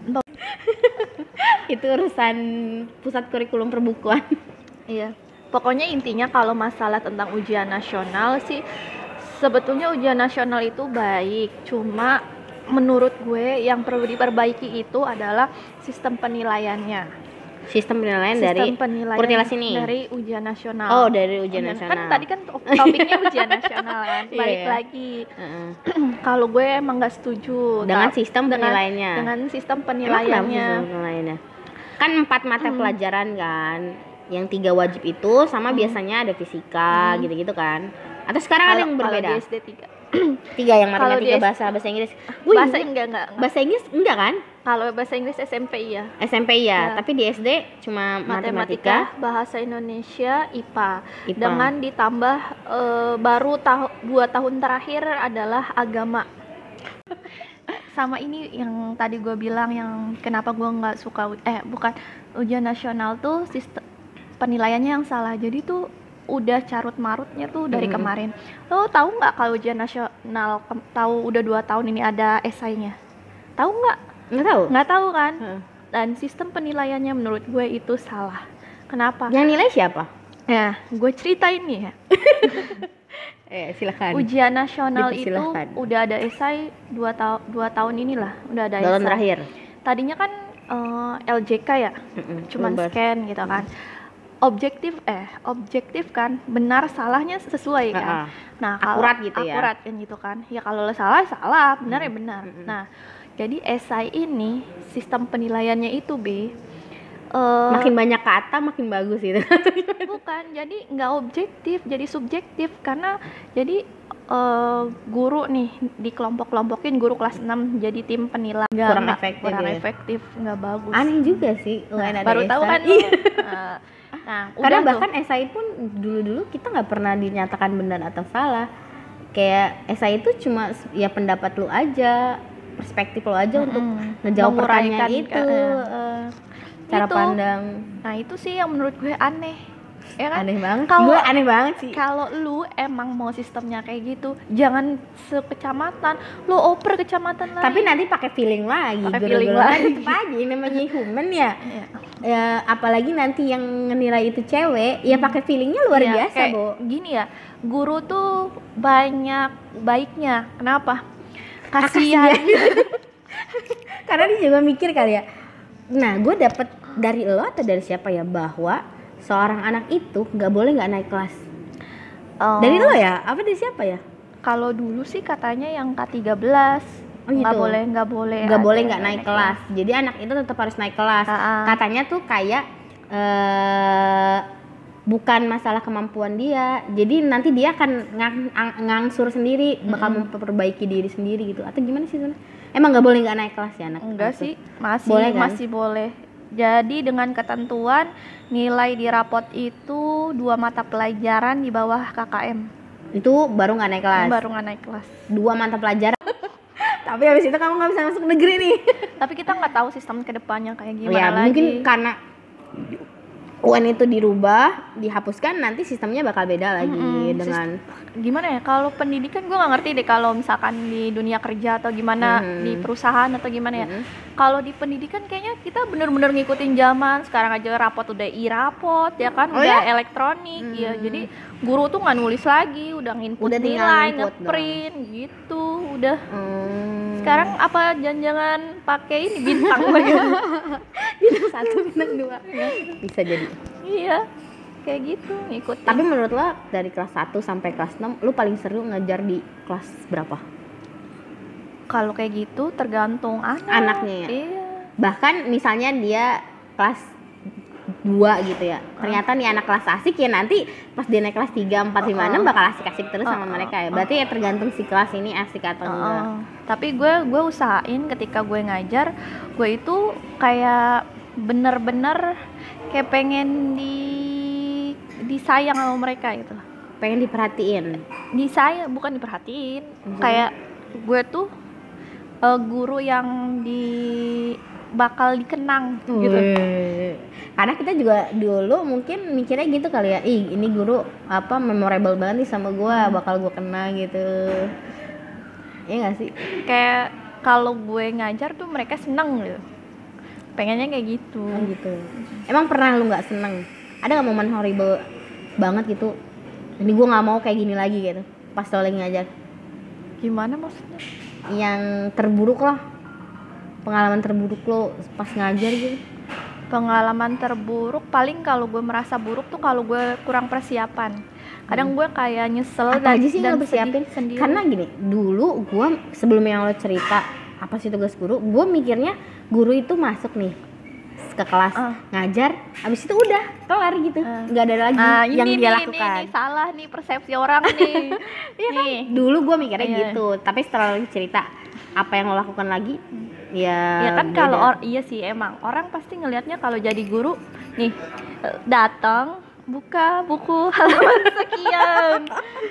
itu urusan pusat kurikulum perbukuan. Iya. Pokoknya intinya kalau masalah tentang ujian nasional sih, sebetulnya ujian nasional itu baik, cuma menurut gue yang perlu diperbaiki itu adalah sistem penilaiannya. Sistem penilaian dari kurtilas ini? Dari ujian nasional. Dari ujian nasional. Kan tadi kan topiknya ujian nasional kan. Balik lagi. Kalau gue emang nggak setuju dengan sistem penilaiannya. Dengan sistem penilaiannya. Kan 4 mata pelajaran kan. Yang 3 wajib itu sama biasanya ada fisika gitu-gitu kan. Atau sekarang ada yang berbeda? Kalau di SD 3. 3 yang matematika, Kalau bahasa Inggris. Bahasa enggak. Bahasa Inggris enggak kan? Kalau bahasa Inggris SMP iya. SMP Ya. Tapi di SD cuma matematika, bahasa Indonesia, IPA. Dengan ditambah baru 2 tahun terakhir adalah agama. Sama ini yang tadi gue bilang, yang kenapa gue nggak suka bukan ujian nasional tuh, sistem penilaiannya yang salah. Jadi tuh udah carut marutnya tuh dari kemarin. Lo tahu nggak kalau ujian nasional tahu udah 2 tahun ini ada esainya? Tahu nggak? Nggak tahu kan? Dan sistem penilaiannya menurut gue itu salah. Kenapa? Yang nilai siapa? Ya, gue ceritain nih ya. Silakan. Ujian nasional itu udah ada esai 2 tahun inilah, udah ada esai. Tahun terakhir. Tadinya kan LJK ya, cuman scan gitu kan. Objektif kan, benar salahnya sesuai kan. Nah, akurat gitu ya. Akurat kan gitu kan. Ya kalau salah, benar ya benar. Nah, jadi esai ini sistem penilaiannya itu makin banyak kata makin bagus gitu. Bukan, jadi nggak objektif, jadi subjektif. Karena jadi guru nih dikelompok-kelompokin, guru kelas 6 jadi tim penilai, kurang efektif, nggak bagus. Aneh juga sih. Baru tahu kan. Nah, karena bahkan esai pun dulu kita nggak pernah dinyatakan benar atau salah. Kayak esai itu cuma ya pendapat lu aja, perspektif lu aja untuk ngejawab pertanyaan itu. Cara pandang. Nah, itu sih yang menurut gue aneh. Ya kan? Aneh banget. Gue aneh banget sih. Kalau lu emang mau sistemnya kayak gitu, jangan sekecamatan, lu oper kecamatan lain. Tapi nanti pakai feeling lagi. Pakai feeling lagi. Tetep aja, ini namanya human ya. Ya, apalagi nanti yang ngenilai itu cewek, ya pakai feelingnya luar biasa, kayak Bo. Gini ya, guru tuh banyak baiknya. Kenapa? Kasihan. Karena dia juga mikir kali ya. Nah, gue dapet dari lo atau dari siapa ya, bahwa seorang anak itu nggak boleh nggak naik kelas. Dari lo ya? Apa dari siapa ya? Kalau dulu sih katanya yang K13 nggak boleh nggak naik kelas. Jadi anak itu tetap harus naik kelas. Katanya tuh kayak bukan masalah kemampuan dia. Jadi nanti dia akan ngangsur sendiri, bakal memperbaiki diri sendiri gitu. Atau gimana sih sebenarnya? Emang nggak boleh nggak naik kelas ya anak? Enggak sih, masih boleh. Jadi dengan ketentuan nilai di rapot itu 2 mata pelajaran di bawah KKM. Itu baru nggak naik kelas? Baru nggak naik kelas. 2 mata pelajaran. Tapi habis itu kamu nggak bisa masuk negeri nih. Tapi kita nggak tahu sistem kedepannya kayak gimana ya, lagi. Mungkin karena UN itu dirubah, dihapuskan, nanti sistemnya bakal beda lagi dengan gimana ya? Kalau pendidikan gue nggak ngerti deh, kalau misalkan di dunia kerja atau gimana di perusahaan atau gimana ya. Kalau di pendidikan kayaknya kita bener-bener ngikutin zaman. Sekarang aja rapot udah e-rapot ya kan, udah elektronik ya. Jadi guru tuh nggak nulis lagi, udah nginput nilai, ngeprint gitu, udah. Sekarang apa jangan-jangan pakai ini bintang bintang 1, bintang 2 bisa jadi. Iya, kayak gitu ngikutin. Tapi menurut lo dari kelas 1 sampai kelas 6 lo paling seru ngajar di kelas berapa? Kalau kayak gitu tergantung anaknya ya? Iya. Bahkan misalnya dia kelas 2 gitu ya, ternyata nih anak kelas asik ya, nanti pas dia naik kelas 3, 4, 5, 6 bakal asik-asik terus sama mereka ya. Berarti ya tergantung si kelas ini asik atau enggak. Tapi gue usahain ketika gue ngajar, gue itu kayak bener-bener kayak pengen disayang sama mereka gitu. Pengen diperhatiin. Disayang, bukan diperhatiin. Kayak gue tuh guru yang bakal dikenang gitu. Karena kita juga dulu mungkin mikirnya gitu kali ya, ini guru memorable banget nih sama gue, bakal gue kenang gitu. Iya nggak sih? Kayak kalau gue ngajar tuh mereka seneng gitu, pengennya kayak gitu. Gitu. Emang pernah lu nggak seneng? Ada nggak momen horrible banget gitu? Ini gue nggak mau kayak gini lagi gitu pas lo lagi ngajar. Gimana maksudnya? Yang terburuk lah, pengalaman terburuk lo pas ngajar gitu. Pengalaman terburuk paling kalau gue merasa buruk tuh kalau gue kurang persiapan. Kadang gue kayak nyesel dan persiapin sendiri. Karena gini, dulu gue sebelum yang lo cerita apa sih tugas guru, gue mikirnya guru itu masuk nih ke kelas ngajar, habis itu udah kelar gitu, nggak ada lagi yang dia lakukan. Ini salah nih persepsi orang nih. Iya kan? Dulu gue mikirnya gitu, tapi setelah cerita apa yang lo lakukan lagi, ya kan kalau iya sih emang orang pasti ngelihatnya kalau jadi guru nih datang buka buku halaman sekian.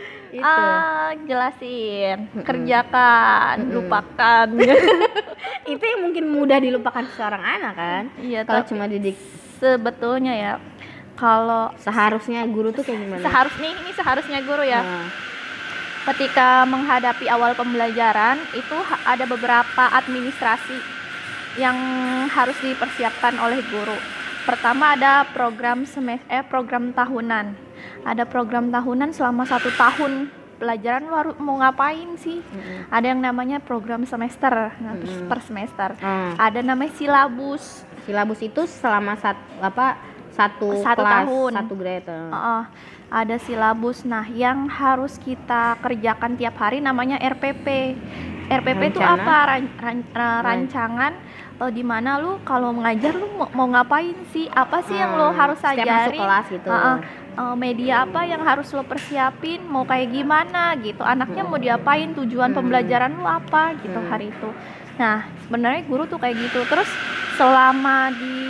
Jelasin, kerjakan, lupakan. Itu yang mungkin mudah dilupakan seorang anak kan. Iya, kalau cuma didik. Sebetulnya ya, kalau seharusnya guru tuh kayak gimana? Ini seharusnya guru ya. Ketika menghadapi awal pembelajaran itu ada beberapa administrasi yang harus dipersiapkan oleh guru. Pertama ada program tahunan. Ada program tahunan selama 1 tahun pelajaran lu harus mau ngapain sih. Ada yang namanya program semester, per semester. Ada namanya silabus. Silabus itu selama satu kelas, tahun, 1 grade. Ada silabus. Nah, yang harus kita kerjakan tiap hari namanya RPP. RPP itu apa? Rancangan di mana lu kalau mengajar lu mau ngapain sih? Apa sih yang lo harus ajarin? Masuk kelas gitu. Media apa yang harus lo persiapin? Mau kayak gimana gitu? Anaknya mau diapain? Tujuan pembelajaran lu apa gitu hari itu. Nah, sebenarnya guru tuh kayak gitu. Terus selama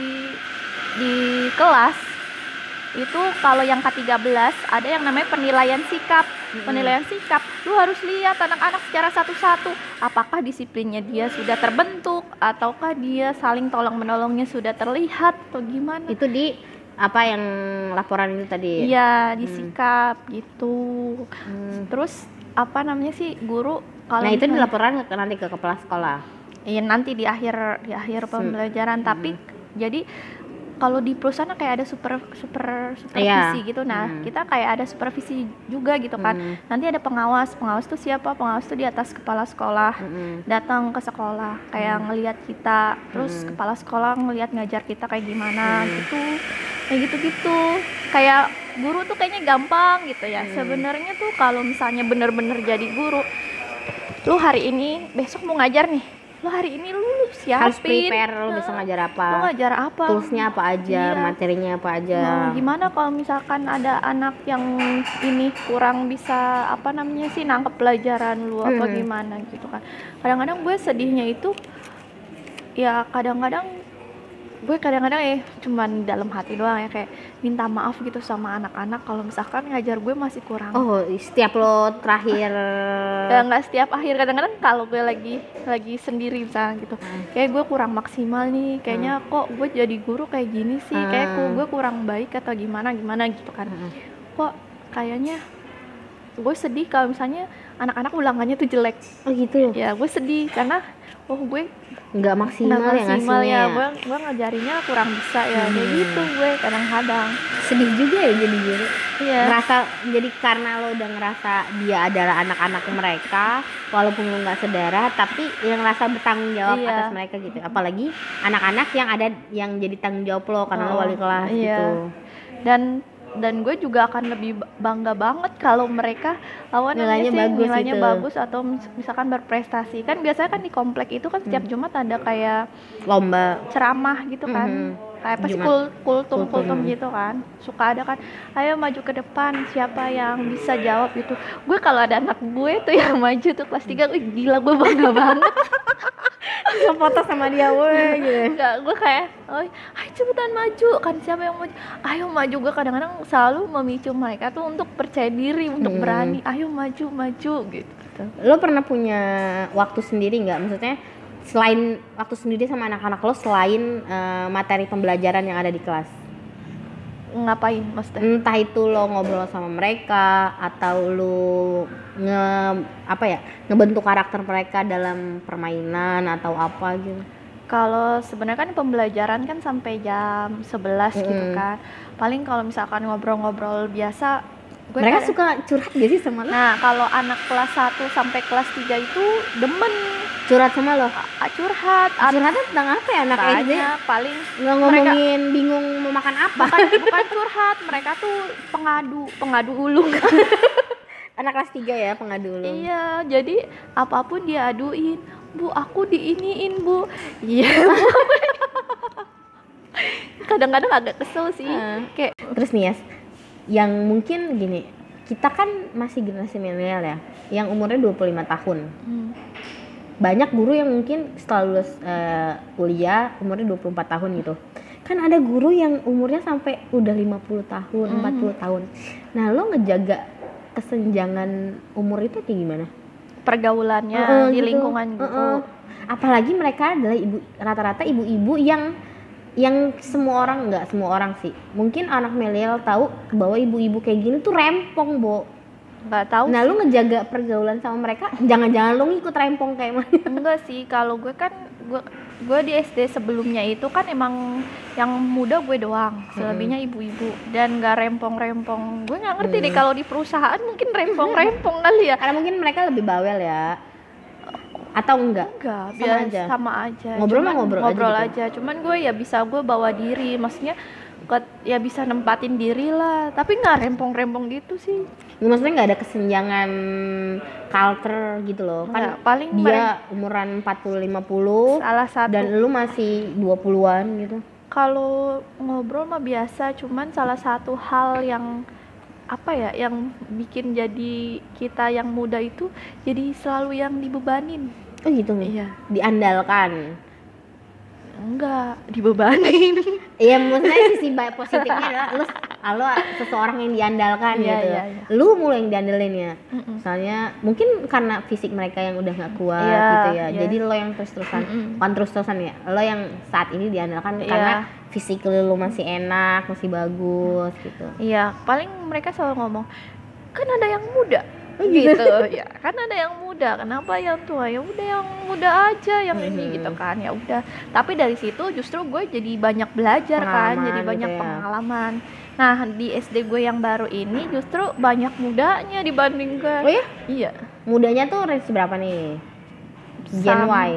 di kelas itu kalau yang ke-13 ada yang namanya penilaian sikap. Penilaian sikap, lu harus lihat anak-anak secara satu-satu, apakah disiplinnya dia sudah terbentuk ataukah dia saling tolong-menolongnya sudah terlihat atau gimana. Itu di apa yang laporan itu tadi? Iya, di sikap gitu. Terus apa namanya sih guru kalau itu di laporan nanti ke kepala sekolah. Iya, nanti di akhir pembelajaran. Tapi jadi kalau di perusahaan kayak ada supervisi gitu. Nah, kita kayak ada supervisi juga gitu kan. Nanti ada pengawas tuh siapa? Pengawas tuh di atas kepala sekolah. Datang ke sekolah kayak ngelihat kita, terus kepala sekolah ngelihat ngajar kita kayak gimana gitu. Kayak gitu-gitu. Kayak guru tuh kayaknya gampang gitu ya. Sebenarnya tuh kalau misalnya bener-bener jadi guru, lu hari ini besok mau ngajar nih, lu hari ini lu siapin, harus prepare lu bisa ngajar apa, lu ngajar apa, toolsnya apa aja, materinya apa aja. Gimana kalau misalkan ada anak yang ini kurang bisa nangkep pelajaran lu apa gimana gitu kan. Kadang-kadang gue sedihnya itu ya kadang-kadang cuman dalam hati doang ya, kayak minta maaf gitu sama anak-anak kalau misalkan ngajar gue masih kurang. Setiap lo terakhir nggak setiap akhir, kadang-kadang kalau gue lagi sendiri misalnya gitu, kayak gue kurang maksimal nih, kayaknya kok gue jadi guru kayak gini sih, kayak gue kurang baik atau gimana gitu kan. Kok kayaknya gue sedih kalau misalnya anak-anak ulangannya tuh jelek. Gitu ya, gue sedih karena gue nggak maksimal ya, gue ngajarinnya kurang bisa ya. Kayak gitu gue kadang-kadang sedih juga ya jadi guru. Iya. Ngerasa jadi karena lo udah ngerasa dia adalah anak-anak mereka, walaupun lo nggak saudara, tapi yang ngerasa bertanggung jawab atas mereka gitu. Apalagi anak-anak yang ada yang jadi tanggung jawab lo karena lo wali kelas gitu. Dan gue juga akan lebih bangga banget kalau mereka nilainya bagus atau misalkan berprestasi. Kan biasanya kan di komplek itu kan setiap Jumat ada kayak lomba ceramah gitu kan. Kayak apa sih kultum gitu kan. Suka ada kan, ayo maju ke depan, siapa yang bisa jawab gitu. Gue kalau ada anak gue tuh yang maju tuh kelas 3, gila gue bangga banget. Bisa foto sama dia gitu. Enggak, gue kayak ayo cepetan maju kan, siapa yang mau, ayo maju. Gue kadang-kadang selalu memicu mereka tuh untuk percaya diri, untuk berani, ayo maju gitu. Lo pernah punya waktu sendiri nggak, maksudnya selain waktu sendiri sama anak-anak lo, selain materi pembelajaran yang ada di kelas? Ngapain maksudnya? Entah itu lo ngobrol sama mereka atau lo ngebentuk karakter mereka dalam permainan atau apa gitu. Kalau sebenarnya kan pembelajaran kan sampai jam 11 gitu kan. Paling kalau misalkan ngobrol-ngobrol biasa, mereka suka curhat gak sih sama lo? Nah, kalau anak kelas 1 sampai kelas 3 itu demen curhat sama lo? Curhatnya tentang apa ya anak SD? Paling nggak ngomongin bingung mau makan apa. Bukan curhat, mereka tuh pengadu ulung. Anak kelas 3 ya, pengadu ulung. Iya, jadi apapun dia aduin. Bu, aku diiniin, Bu. Iya. kadang-kadang agak kesel sih. Kayak terus nih ya, yang mungkin gini, kita kan masih generasi milenial ya, yang umurnya 25 tahun. Banyak guru yang mungkin setelah lulus kuliah umurnya 24 tahun gitu. Kan ada guru yang umurnya sampai udah 50 tahun, 40 tahun. Nah, lo ngejaga kesenjangan umur itu kayak gimana? Pergaulannya di gitu. Lingkungan guru. Apalagi mereka adalah rata-rata ibu-ibu yang semua orang, nggak semua orang sih, mungkin anak milenial tahu bahwa ibu-ibu kayak gini tuh rempong, Bo. Nggak tahu. Nah, lu ngejaga pergaulan sama mereka, jangan-jangan lu ngikut rempong kayak mana? Enggak sih, kalau gue kan gue di SD sebelumnya itu kan emang yang muda gue doang, selebihnya ibu-ibu dan nggak rempong-rempong. Gue nggak ngerti deh kalau di perusahaan mungkin rempong-rempong kali ya. Karena mungkin mereka lebih bawel ya. Atau enggak? Sama aja. Ngobrol aja. Cuman gue ya bisa gue bawa diri, maksudnya ya bisa nempatin diri lah, tapi nggak rempong-rempong gitu sih. Maksudnya nggak ada kesenjangan culture gitu loh. Kan paling dia umuran 40-50 salah satu dan lu masih 20-an gitu. Kalau ngobrol mah biasa, cuman salah satu hal yang apa ya, yang bikin jadi kita yang muda itu jadi selalu yang dibebanin. Oh gitu nih? Iya. Diandalkan? Enggak, dibebanin. Iya, maksudnya sisi positifnya adalah lu seseorang yang diandalkan gitu. Iya. Lu mulai yang diandelin ya. Misalnya mungkin karena fisik mereka yang udah nggak kuat gitu ya. Jadi lo yang terus-terusan, bukan terus-terusan ya. Lo yang saat ini diandalkan karena fisik lu masih enak, masih bagus gitu. Iya, paling mereka selalu ngomong, kan ada yang muda. Gitu ya, kan ada yang muda, kenapa yang tua? Ya udah yang muda aja yang ini gitu kan. Ya udah, tapi dari situ justru gue jadi banyak belajar kan, jadi banyak gitu pengalaman. Nah, di SD gue yang baru ini justru banyak mudanya dibandingkan. Oh ya? Iya. Mudanya tuh range berapa nih? Gen Y?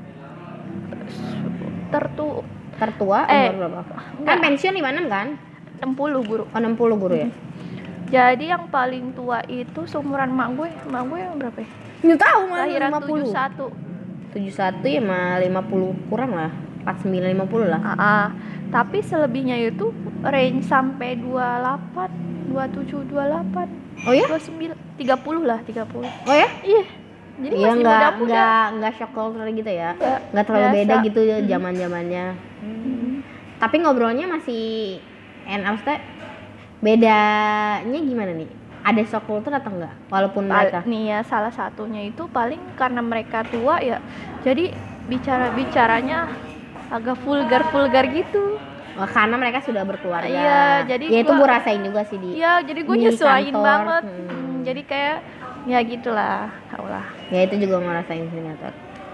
Tertua umur berapa? Kan pensiun 56 kan? 60 guru. Oh, 60 guru ya? Jadi yang paling tua itu seumuran mak gue yang berapa ya? Nggak tahu, lahiran 71 ya mah 50 kurang lah, 49 50 lah. Tapi selebihnya itu range sampai 28, 27, 28. Oh ya? 29, 30 lah, 30. Oh ya? Iya. Jadi masih muda-muda. Enggak shock culture gitu ya. Enggak terlalu biasa. Beda gitu zaman-zamannya. Tapi ngobrolnya masih maksudnya bedanya gimana nih? Ada shock culture atau enggak? Walaupun mereka nih ya, salah satunya itu paling karena mereka tua ya. Jadi bicaranya agak vulgar gitu. Karena mereka sudah berkeluarga. Iya, jadi ya itu gue rasain juga sih di. Iya, jadi gue nyesuaiin banget. Jadi kayak ya gitulah, taulah. Ya itu juga ngerasain sih kantor.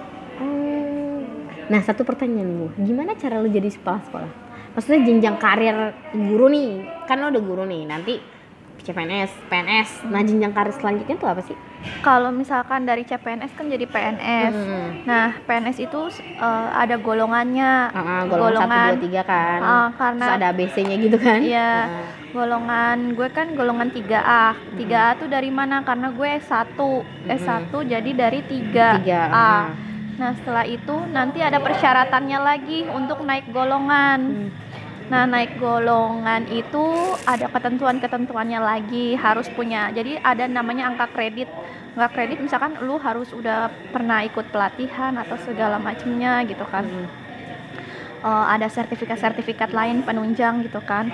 Nah, satu pertanyaan gue, gimana cara lu jadi kepala sekolah? Maksudnya jenjang karir guru nih, kan lo udah guru nih, nanti CPNS, PNS. Nah, jenjang karir selanjutnya tuh apa sih? Kalau misalkan dari CPNS kan jadi PNS. Nah, PNS itu ada golongannya. Golongan 1, 2, 3 kan. Karena terus ada ABC-nya gitu kan? Iya. Golongan gue kan golongan 3A. 3A tuh dari mana? Karena gue S1. S1 jadi dari 3A. Nah, setelah itu nanti ada persyaratannya lagi untuk naik golongan. Nah, naik golongan itu ada ketentuan-ketentuannya lagi, harus punya. Jadi ada namanya angka kredit. Angka kredit misalkan lu harus udah pernah ikut pelatihan atau segala macamnya gitu kan. Ada sertifikat-sertifikat lain penunjang gitu kan.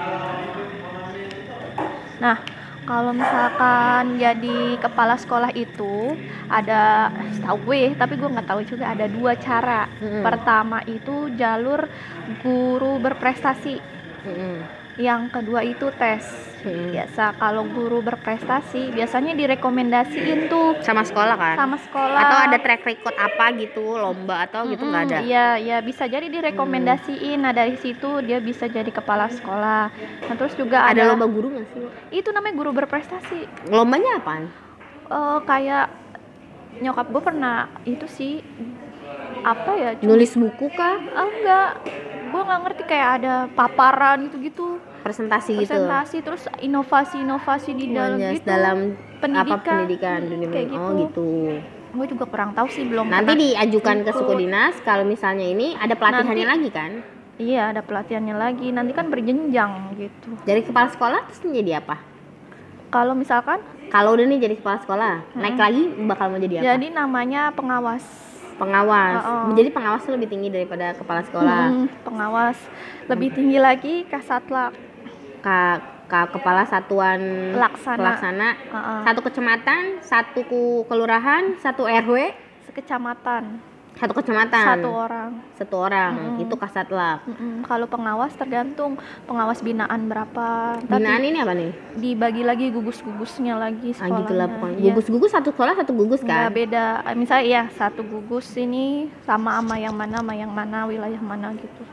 Nah, kalau misalkan jadi kepala sekolah itu ada, setahu gue, tapi gue nggak tahu juga, ada 2 cara. Pertama itu jalur guru berprestasi. Yang kedua itu tes. Biasa kalau guru berprestasi biasanya direkomendasiin tuh sama sekolah kan? Sama sekolah. Atau ada track record apa gitu, lomba atau gitu nggak ada? Iya, bisa jadi direkomendasiin. Nah, dari situ dia bisa jadi kepala sekolah. Nah, terus juga ada lomba guru nggak sih? Itu namanya guru berprestasi. Lombanya apaan? Kayak nyokap gue pernah itu sih, apa ya? Nulis buku kah? Enggak, gue nggak ngerti, kayak ada paparan gitu. Presentasi terus inovasi di dalam gitu, dalam pendidikan dunia kayak gitu. Gue juga kurang tahu sih, belum nanti diajukan ke suku dinas kalau misalnya ini ada pelatihannya lagi kan? Iya, ada pelatihannya lagi. Nanti kan berjenjang gitu. Jadi kepala sekolah terus menjadi apa? Kalau misalkan Kalau udah nih jadi kepala sekolah, naik lagi bakal mau jadi apa? jadi namanya pengawas. Pengawas. Menjadi pengawas tuh lebih tinggi daripada kepala sekolah. Pengawas lebih tinggi lagi Kasatlank. Kepala satuan pelaksana. Satu kecamatan, satu kelurahan, satu RW, sekecamatan. Satu kecamatan. Satu orang. Itu Kasatlank. Kalau pengawas tergantung pengawas binaan berapa. Binaan ini apa nih? Dibagi lagi gugus-gugusnya lagi sekolahnya. Gitulah pokoknya. Gugus-gugus satu sekolah satu gugus kan? Nggak beda. Misalnya ya satu gugus ini sama yang mana, wilayah mana gitu.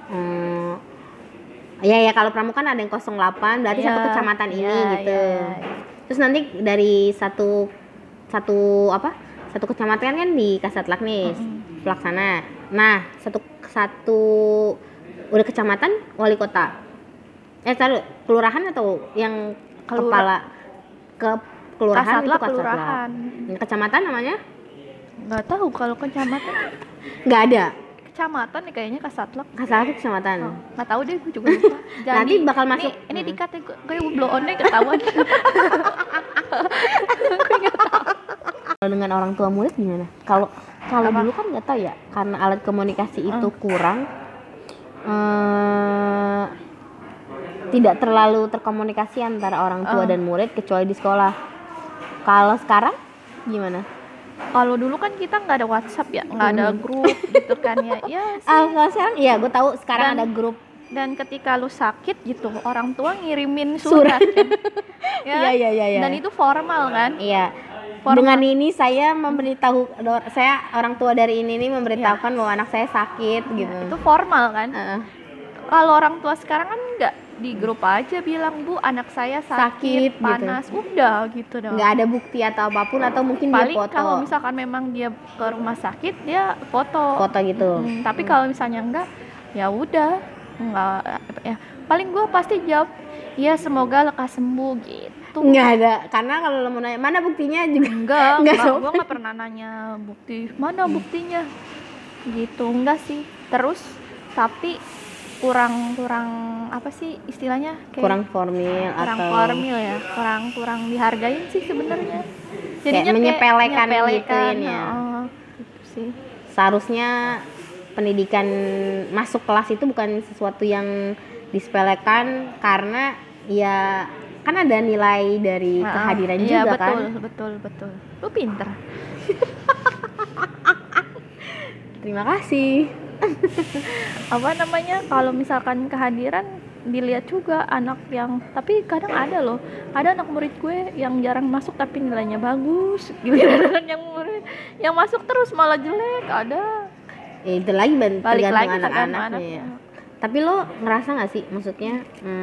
Ya kalau Pramuka kan ada yang 08 berarti satu kecamatan ini gitu. Terus nanti dari satu kecamatan kan di Kasatlank nih pelaksana. Nah, satu udah kecamatan wali kota. Kelurahan atau yang kepala kelurahan itu Kasatlank. Kecamatan namanya? Nggak tahu kalau kecamatan. Nggak ada. Kecamatan nih kayaknya Kasatlank. Kasatlank kecamatan. Nggak tahu deh, gue juga lupa. Nanti bakal masuk. Ini dikata kayak blow on deh ketahuan. Kalau dengan orang tua murid gimana? Kalau dulu kan nggak tahu ya, karena alat komunikasi itu kurang, tidak terlalu terkomunikasi antara orang tua dan murid kecuali di sekolah. Kalau sekarang gimana? Kalau dulu kan kita nggak ada WhatsApp ya, nggak ada grup gitu kan ya. Kalau sekarang iya, gue tahu sekarang ada grup. Dan ketika lu sakit gitu, orang tua ngirimin surat. Kan? Iya. Dan itu formal kan? Iya. Dengan ini saya memberitahu, saya orang tua dari ini memberitahukan bahwa anak saya sakit gitu. Itu formal kan? Kalau orang tua sekarang kan nggak, di grup aja bilang, Bu anak saya sakit panas gitu. Udah gitu dong. Nggak ada bukti atau apapun, atau mungkin paling dia foto. Kalau misalkan memang dia ke rumah sakit dia foto gitu. Tapi kalau misalnya enggak, ya udah enggak ya. Paling gue pasti jawab, ya semoga lekas sembuh gitu. Nggak ada, karena kalau lo mau nanya mana buktinya juga enggak gue nggak pernah nanya bukti mana buktinya gitu, enggak sih. Terus tapi kurang apa sih istilahnya, kayak kurang formal kurang dihargain sih sebenarnya. Jadinya menyepelekan gituin ya. Gitu sih. Seharusnya pendidikan masuk kelas itu bukan sesuatu yang disepelekan, karena ya kan ada nilai dari kehadiran juga betul, kan. Betul. Lu pinter. Terima kasih. Apa namanya, kalau misalkan kehadiran dilihat juga anak yang, tapi kadang ada loh, ada anak murid gue yang jarang masuk tapi nilainya bagus, giliran yang masuk terus malah jelek ada. Itu lagi tergantung anak-anaknya ya. Tapi lo ngerasa nggak sih, maksudnya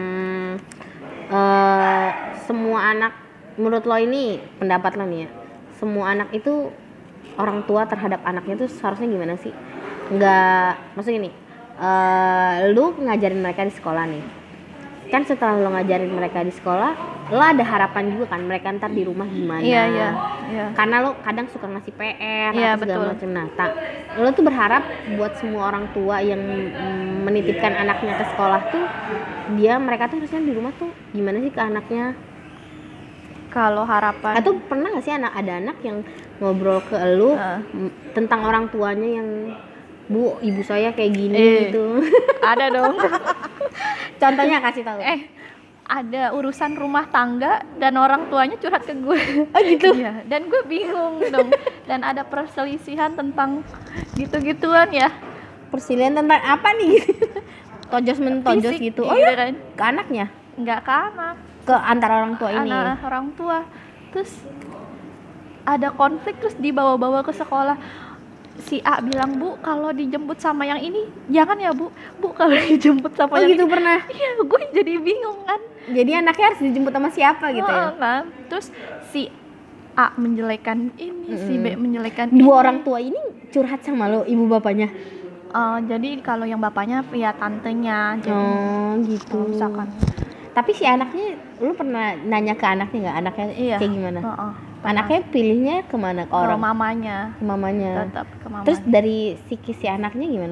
semua anak, menurut lo ini pendapat lo nih ya, semua anak itu orang tua terhadap anaknya tuh seharusnya gimana sih? Nggak, maksudnya nih, lu ngajarin mereka di sekolah nih, kan setelah lo ngajarin mereka di sekolah, lo ada harapan juga kan mereka ntar di rumah gimana? Iya. Karena lo kadang suka ngasih PR atau segala macam. Nah, lo tuh berharap buat semua orang tua yang menitipkan anaknya ke sekolah tuh, mereka tuh harusnya di rumah tuh gimana sih ke anaknya? Kalau harapan, atau pernah nggak sih ada anak yang ngobrol ke lo tentang orang tuanya yang, Bu, ibu saya kayak gini gitu? Ada dong. Contohnya kasih tahu. Ada urusan rumah tangga dan orang tuanya curhat ke gue. Oh gitu? Iya, dan gue bingung dong. Dan ada perselisihan tentang gitu-gituan ya. Perselisihan tentang apa nih? Tojos gitu. Oh ya, kan? Ke anaknya? Enggak ke anak. Ke antara orang tua ini? Anak orang tua. Terus ada konflik, terus dibawa-bawa ke sekolah. Si A bilang, Bu, kalau dijemput sama yang ini jangan ya, Bu kalau dijemput sama yang gitu ini. Pernah? Iya, gue jadi bingung kan. Jadi anaknya harus dijemput sama siapa gitu ya? Nah, terus si A menjelekan ini, si B menjelekan Dua orang tua ini curhat sama lo, ibu bapaknya? Jadi kalau yang bapaknya via tantenya. Jadi, gitu. Misalkan. Tapi si anaknya, lu pernah nanya ke anaknya nggak? Anaknya kayak gimana? Anaknya pilihnya kemana? Ke orang? Ke mamanya. Ke mamanya. Tetap ke mamanya. Terus dari si anaknya gimana?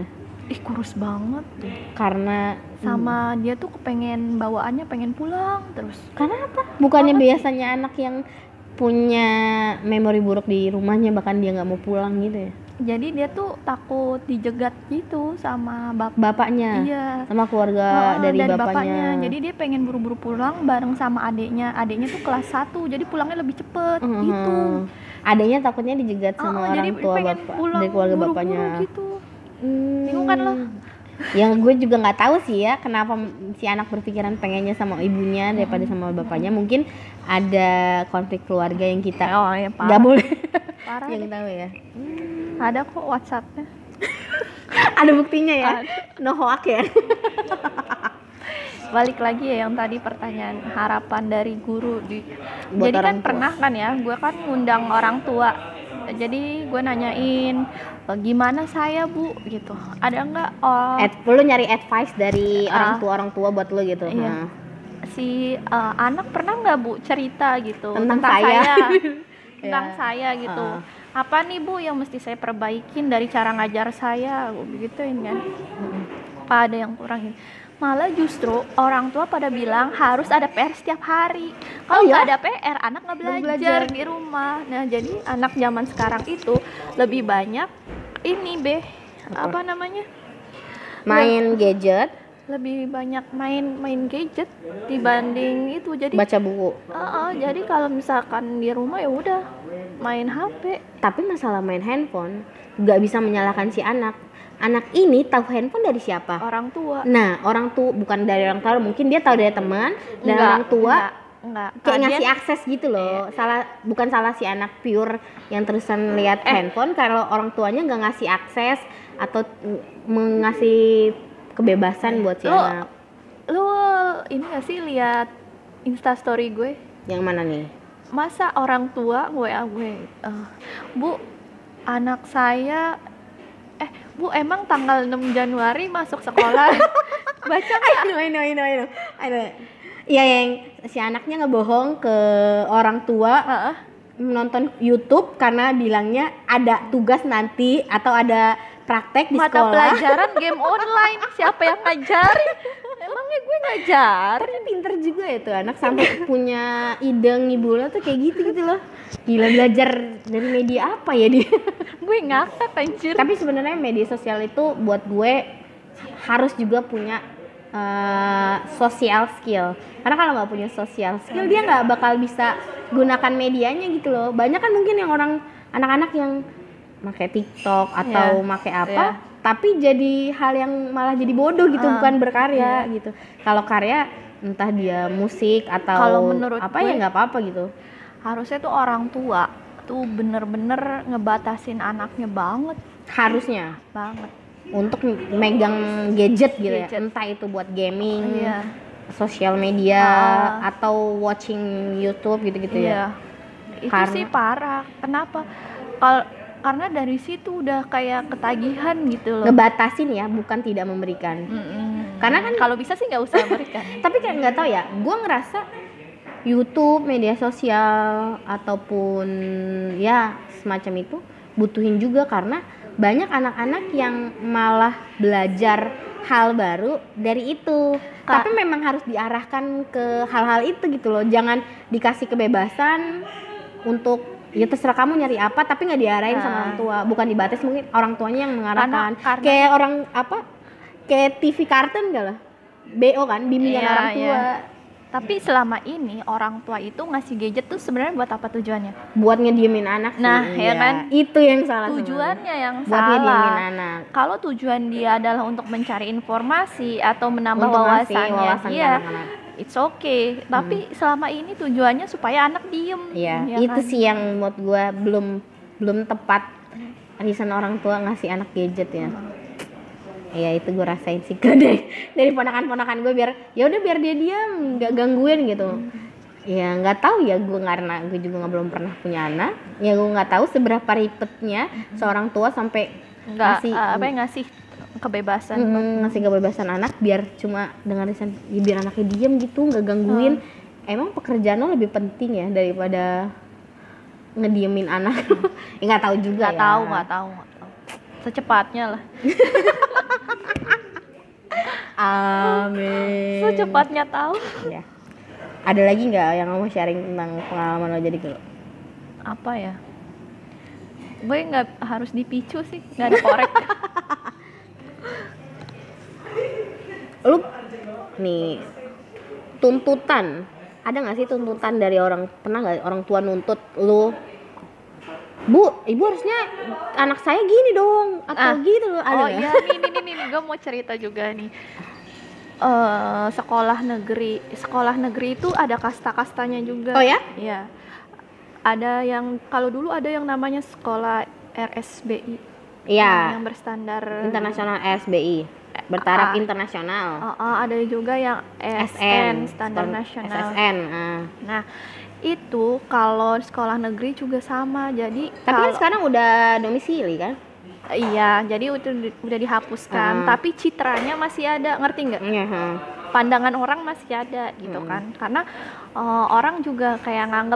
Ih, kurus banget tuh. Karena sama dia tuh kepengen bawaannya pengen pulang terus. Karena apa? Bukannya biasanya anak yang punya memori buruk di rumahnya bahkan dia nggak mau pulang gitu ya? Jadi dia tuh takut dijegat gitu sama bapaknya. Iya. Sama keluarga dari bapaknya. Jadi dia pengen buru-buru pulang bareng sama adiknya. Adiknya tuh kelas 1, jadi pulangnya lebih cepet gitu. Adiknya takutnya dijegat sama orang tua bapak dari keluarga bapaknya. Gitu. Bingung kan lo? Yang gue juga nggak tahu sih ya kenapa si anak berpikiran pengennya sama ibunya daripada sama bapaknya. Mungkin ada konflik keluarga yang kita nggak boleh yang tahu ya. Ada kok WhatsApp-nya. Ada buktinya ya. No hoax ya. Balik lagi ya yang tadi pertanyaan harapan dari guru jadi kan tua. Pernah kan ya gue kan ngundang orang tua, jadi gue nanyain gimana saya bu gitu, ada nggak lu nyari advice dari orang tua buat lu gitu. Iya. Si anak pernah nggak bu cerita gitu tentang saya tentang saya gitu, apa nih bu yang mesti saya perbaikin dari cara ngajar saya, gue begituin kan. Apa ada yang kurang? Malah justru orang tua pada bilang harus ada PR setiap hari. Kalau nggak ada PR, anak nggak belajar di rumah. Nah, jadi anak zaman sekarang itu lebih banyak ini apa namanya? Main gadget. Lebih banyak main gadget dibanding itu. Jadi baca buku. Jadi kalau misalkan di rumah ya udah main HP. Tapi masalah main handphone nggak bisa menyalahkan si anak. Anak ini tahu handphone dari siapa? Orang tua. Nah, orang tua bukan dari orang tua, mungkin dia tahu dari teman dan orang tua enggak. Kayak ngasih akses gitu loh. Bukan salah si anak pure yang terusan lihat handphone kalau orang tuanya nggak ngasih akses atau mengasih kebebasan buat si anak. Lo ini nggak sih lihat Instastory gue? Yang mana nih? Masa orang tua gue bu, anak saya bu emang tanggal 6 Januari masuk sekolah. Baca nggak? I know. Iya, yang si anaknya ngebohong ke orang tua nonton YouTube karena bilangnya ada tugas nanti atau ada praktek di mata sekolah. Mata pelajaran game online. Siapa yang ngajarin? Emangnya gue ngajar? Tapi pinter juga ya tuh anak sampai punya ide ngibulnya tuh kayak gitu loh. Gila, belajar dari media apa ya dia? Gue ngakak anjir. Tapi sebenarnya media sosial itu buat gue harus juga punya social skill. Karena kalau nggak punya social skill dia nggak bakal bisa gunakan medianya gitu loh. Banyak kan mungkin yang anak-anak yang pakai TikTok atau pakai apa, tapi jadi hal yang malah jadi bodoh gitu, bukan berkarya gitu. Kalau karya entah dia musik atau apa ya nggak apa-apa gitu. Harusnya tuh orang tua tuh bener-bener ngebatasin anaknya banget. Harusnya banget. Untuk megang gadget gitu ya, entah itu buat gaming, sosial media atau watching YouTube gitu-gitu ya. Itu sih parah. Kenapa? Karena dari situ udah kayak ketagihan gitu loh. Ngebatasin ya, bukan tidak memberikan. Karena kan kalau bisa sih nggak usah berikan. Tapi kan nggak tahu ya, gue ngerasa YouTube, media sosial ataupun ya semacam itu butuhin juga karena banyak anak-anak yang malah belajar hal baru dari itu. Tapi memang harus diarahkan ke hal-hal itu gitu loh. Jangan dikasih kebebasan untuk ya terserah kamu nyari apa tapi nggak diarahin sama orang tua. Bukan dibatas, mungkin orang tuanya yang mengarahkan. Kayak orang kayak TV kartun gak lah? BO kan, bimbingan orang tua. Tapi selama ini orang tua itu ngasih gadget tuh sebenarnya buat apa tujuannya? Buat ngediemin anak sih. Nah, ya kan? Itu yang salah. Tujuannya yang buat salah. Ngediemin anak. Kalau tujuan dia adalah untuk mencari informasi atau menambah wawasannya, it's okay. Tapi selama ini tujuannya supaya anak diem. Iya, itu kan? Sih yang menurut gue belum tepat reason orang tua ngasih anak gadget ya. Iya, itu gue rasain sih dari ponakan-ponakan gue, biar dia diam, nggak gangguin gitu. Ya nggak tahu ya, karena gue juga belum pernah punya anak. Ya gue nggak tahu seberapa ribetnya seorang tua sampai ngasih kebebasan. Ngasih kebebasan anak biar cuma dengan reason ya biar anaknya diam gitu, nggak gangguin. Emang pekerjaan lo lebih penting ya daripada ngediemin anak? Ya nggak tahu juga. Nggak tahu. Secepatnya lah. Amin. Secepatnya tahu. Ya. Ada lagi nggak yang kamu sharing tentang pengalaman lo jadi guru? Apa ya? Gue nggak harus dipicu sih, nggak ada korek. Lu nih tuntutan, ada nggak sih tuntutan dari orang, pernah nggak orang tua nuntut lu, Bu, ibu harusnya anak saya gini dong atau gitu loh, ada Oh nggak? iya, nih, gue mau cerita juga nih. Sekolah negeri itu ada kasta-kastanya juga. Oh ya? Iya. Ada yang, kalau dulu ada yang namanya sekolah RSBI. Iya. Yang berstandar Internasional SBI, bertaraf internasional. Ada juga yang SN, standar nasional. SSN. Nah, itu kalau sekolah negeri juga sama. Jadi Tapi kan sekarang udah domisili kan? iya, jadi udah dihapuskan, tapi citranya masih ada, ngerti nggak? Pandangan orang masih ada gitu kan, karena orang juga kayak nganggep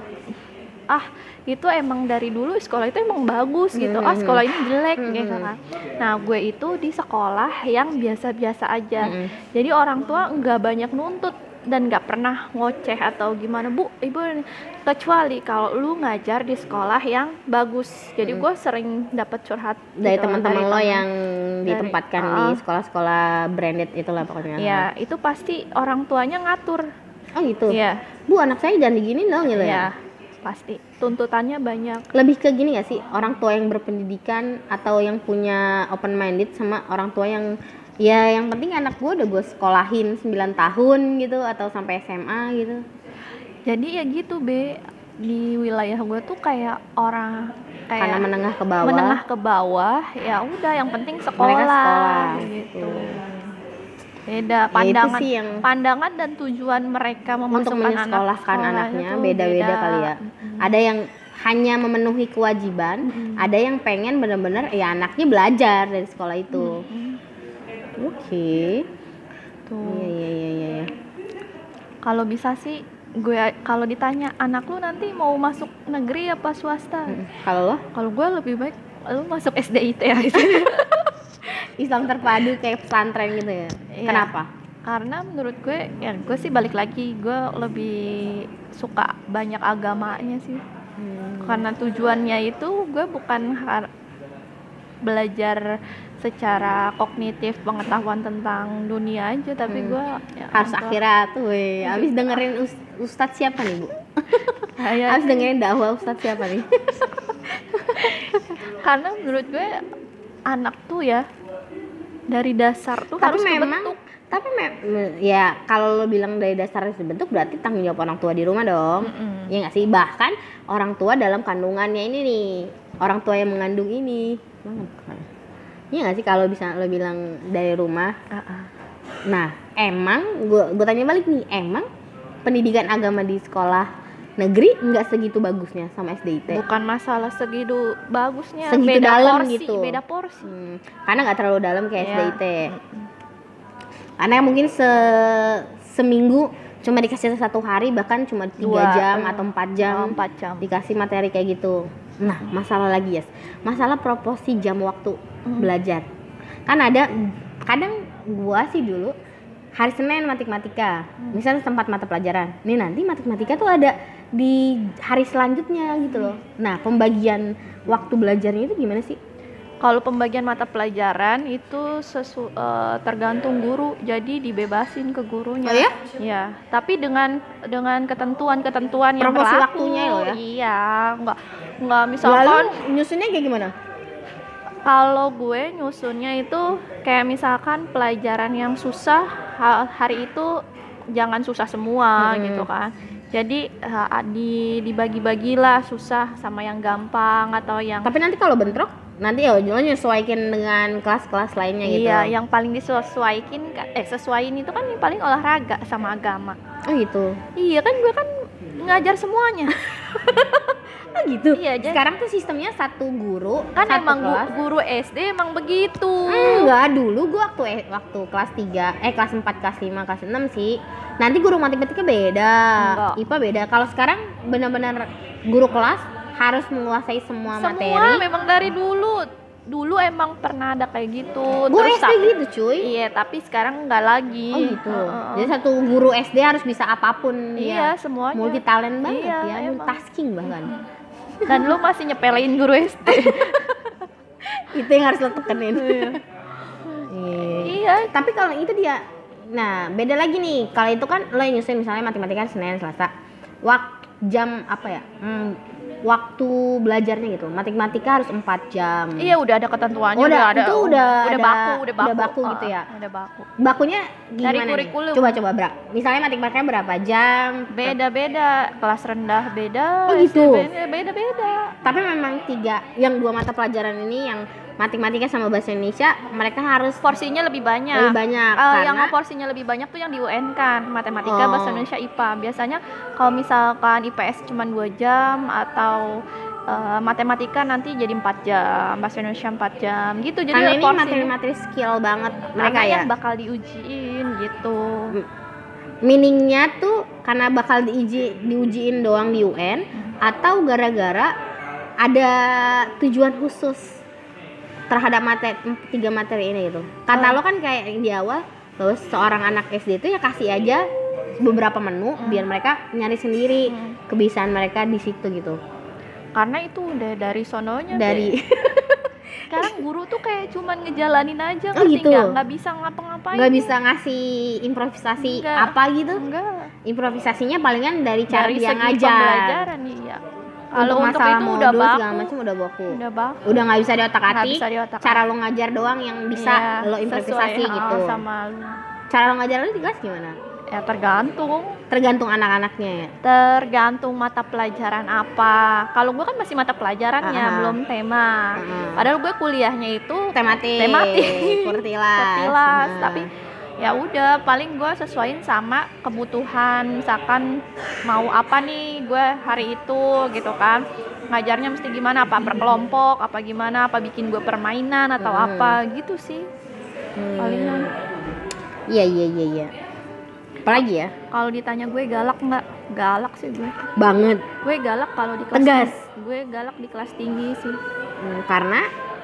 itu emang dari dulu sekolah itu emang bagus gitu, sekolah ini jelek gitu kan. Nah, gue itu di sekolah yang biasa-biasa aja, jadi orang tua nggak banyak nuntut dan nggak pernah ngoceh atau gimana, Bu, Ibu, kecuali kalau lu ngajar di sekolah yang bagus. Jadi gue sering dapat curhat dari gitu, teman-teman lo temen. yang ditempatkan di sekolah-sekolah branded itulah pokoknya. Iya, itu pasti orang tuanya ngatur. Oh gitu. Iya. Bu, anak saya jangan diginin dong gitu Iya, ya. pasti. Tuntutannya banyak. Lebih ke gini gak sih, orang tua yang berpendidikan atau yang punya open minded sama orang tua yang ya yang penting anak gue udah gue sekolahin 9 tahun gitu atau sampai SMA gitu. Jadi ya gitu, Be, di wilayah gue tuh kayak orang kayak Karena menengah ke bawah, ya udah yang penting mereka sekolah gitu. Beda pandangan, pandangan dan tujuan mereka untuk menyekolahkan anaknya beda-beda kali ya. Ada yang hanya memenuhi kewajiban, ada yang pengen benar-benar ya anaknya belajar dari sekolah itu. Oke. Tuh. Iya. Kalau bisa sih gue, kalau ditanya anak lu nanti mau masuk negeri apa swasta? Kalau lo? Kalau gue lebih baik lu masuk SDIT ya. Islam terpadu kayak pesantren gitu ya. Iya. Kenapa? Karena menurut gue, ya gue sih balik lagi, gue lebih suka banyak agamanya sih. Karena tujuannya itu gue bukan belajar secara kognitif pengetahuan tentang dunia aja, tapi gue ya, harus akhirat tuh. Abis dengerin ustadz siapa nih, Bu? Ya, abis dengerin dakwah ustadz siapa nih? Karena menurut gue anak tuh ya dari dasar tuh tapi harus memang kebentuk. Tapi ya kalau lo bilang dari dasar harus dibentuk, berarti tanggung jawab orang tua di rumah dong. Ya nggak sih? Bahkan orang tua dalam kandungannya ini nih, orang tua yang mengandung ini. Iya nggak sih kalau bisa lo bilang dari rumah? Nah, emang gue tanya balik nih, emang pendidikan agama di sekolah negeri nggak segitu bagusnya sama SDIT? Bukan masalah segitu bagusnya, segitu beda dalam porsi, gitu. Beda porsi. Karena nggak terlalu dalam kayak SDIT. Karena mungkin seminggu cuma dikasih 1 hari, bahkan cuma 3 jam atau 4 jam, 4 jam dikasih materi kayak gitu. Nah, masalah lagi masalah proporsi jam waktu belajar. Kan ada, kadang gua sih dulu hari Senin matematika, misalnya tempat mata pelajaran, nih nanti matematika tuh ada di hari selanjutnya gitu loh. Nah, pembagian waktu belajarnya itu gimana sih? Kalau pembagian mata pelajaran itu tergantung guru, jadi dibebasin ke gurunya. Oh ya? Iya, tapi dengan ketentuan-ketentuan yang proporsi berlaku. Waktunya loh ya? Iya, nggak misalkan. Lalu nyusunnya kayak gimana? Kalau gue nyusunnya itu kayak misalkan pelajaran yang susah hari itu jangan susah semua gitu kan. Jadi dibagi-bagilah susah sama yang gampang atau yang. Tapi nanti kalau bentrok nanti ya lo nyesuaikan dengan kelas-kelas lainnya gitu. Iya, yang paling sesuaiin itu kan yang paling olahraga sama agama. Oh gitu. Iya kan, gue kan ngajar semuanya. Oh gitu. Iya, sekarang tuh sistemnya satu guru kan satu emang kelas. Guru SD emang begitu. Enggak, dulu gua waktu kelas 3, kelas 4, kelas 5, kelas 6 sih. Nanti guru matematika beda, IPA beda. Kalau sekarang benar-benar guru kelas harus menguasai semua materi. Semua memang dari dulu. dulu emang pernah ada kayak gitu. Guru Terus SD gitu cuy. Iya, tapi sekarang nggak lagi. Oh gitu. Jadi satu guru SD harus bisa apapun. Iya, ya. semuanya. Multi talent banget Iya, ya, emang. multitasking bahkan. Dan lu masih nyepelein guru SD. Itu yang harus lo tekenin. Iya. Tapi kalau itu dia, nah beda lagi nih. Kalau itu kan lo yang nyusun misalnya matematika Senin Selasa. Jam apa ya? Waktu belajarnya gitu. Matematika harus 4 jam. Iya, udah ada ketentuannya. Oh, udah ada. itu udah baku gitu ya. Udah baku. Bakunya Dari gimana kurikulum. nih? Coba misalnya matematika berapa jam? Beda-beda, kelas rendah beda. Oh gitu. Beda-beda. Tapi memang 2 mata pelajaran ini yang matematika sama bahasa Indonesia mereka harus Porsinya lebih banyak. karena yang porsinya lebih banyak tuh yang di UN kan, matematika, bahasa Indonesia, IPA. Biasanya kalau misalkan IPS cuma 2 jam atau matematika nanti jadi 4 jam, bahasa Indonesia 4 jam gitu. Jadi karena ini porsinya materi skill banget mereka ya. yang bakal diujiin gitu. Meaningnya tuh karena bakal diujiin doang di UN atau gara-gara ada tujuan khusus terhadap 3 materi ini gitu. Kata lo kan kayak yang di awal bahwa seorang anak SD itu ya kasih aja beberapa menu biar mereka nyari sendiri kebiasaan mereka di situ gitu. Karena itu udah dari sononya dari sekarang guru tuh kayak cuman ngejalanin aja, gitu. nggak bisa ngapa-ngapain, nggak bisa ngasih improvisasi apa gitu. Enggak. Improvisasinya palingan dari cara dia ngajar. Pembelajaran iya. Kalau untuk masalah itu modul udah baku, segala macam udah baku. Udah nggak bisa diotak-atik. diotak-atik. Cara lo ngajar doang yang bisa lo improvisasi sesuai, gitu. Sama lu. Cara lo ngajar lo di kelas gimana? Ya tergantung anak-anaknya ya. Tergantung mata pelajaran apa. Kalau gue kan masih mata pelajarannya, belum tema. Padahal gue kuliahnya itu tematik. Kurtilas. Tapi ya udah, paling gue sesuaiin sama kebutuhan. Misalkan mau apa nih gue hari itu gitu kan. Ngajarnya mesti gimana, apa berkelompok, apa gimana, apa bikin gue permainan atau apa gitu sih. Palingan. Iya. Apalagi ya? Kalau ditanya gue galak nggak? Galak sih gue. Banget. Gue galak kalau di kelas. Tegas. Gue galak di kelas tinggi sih. Karena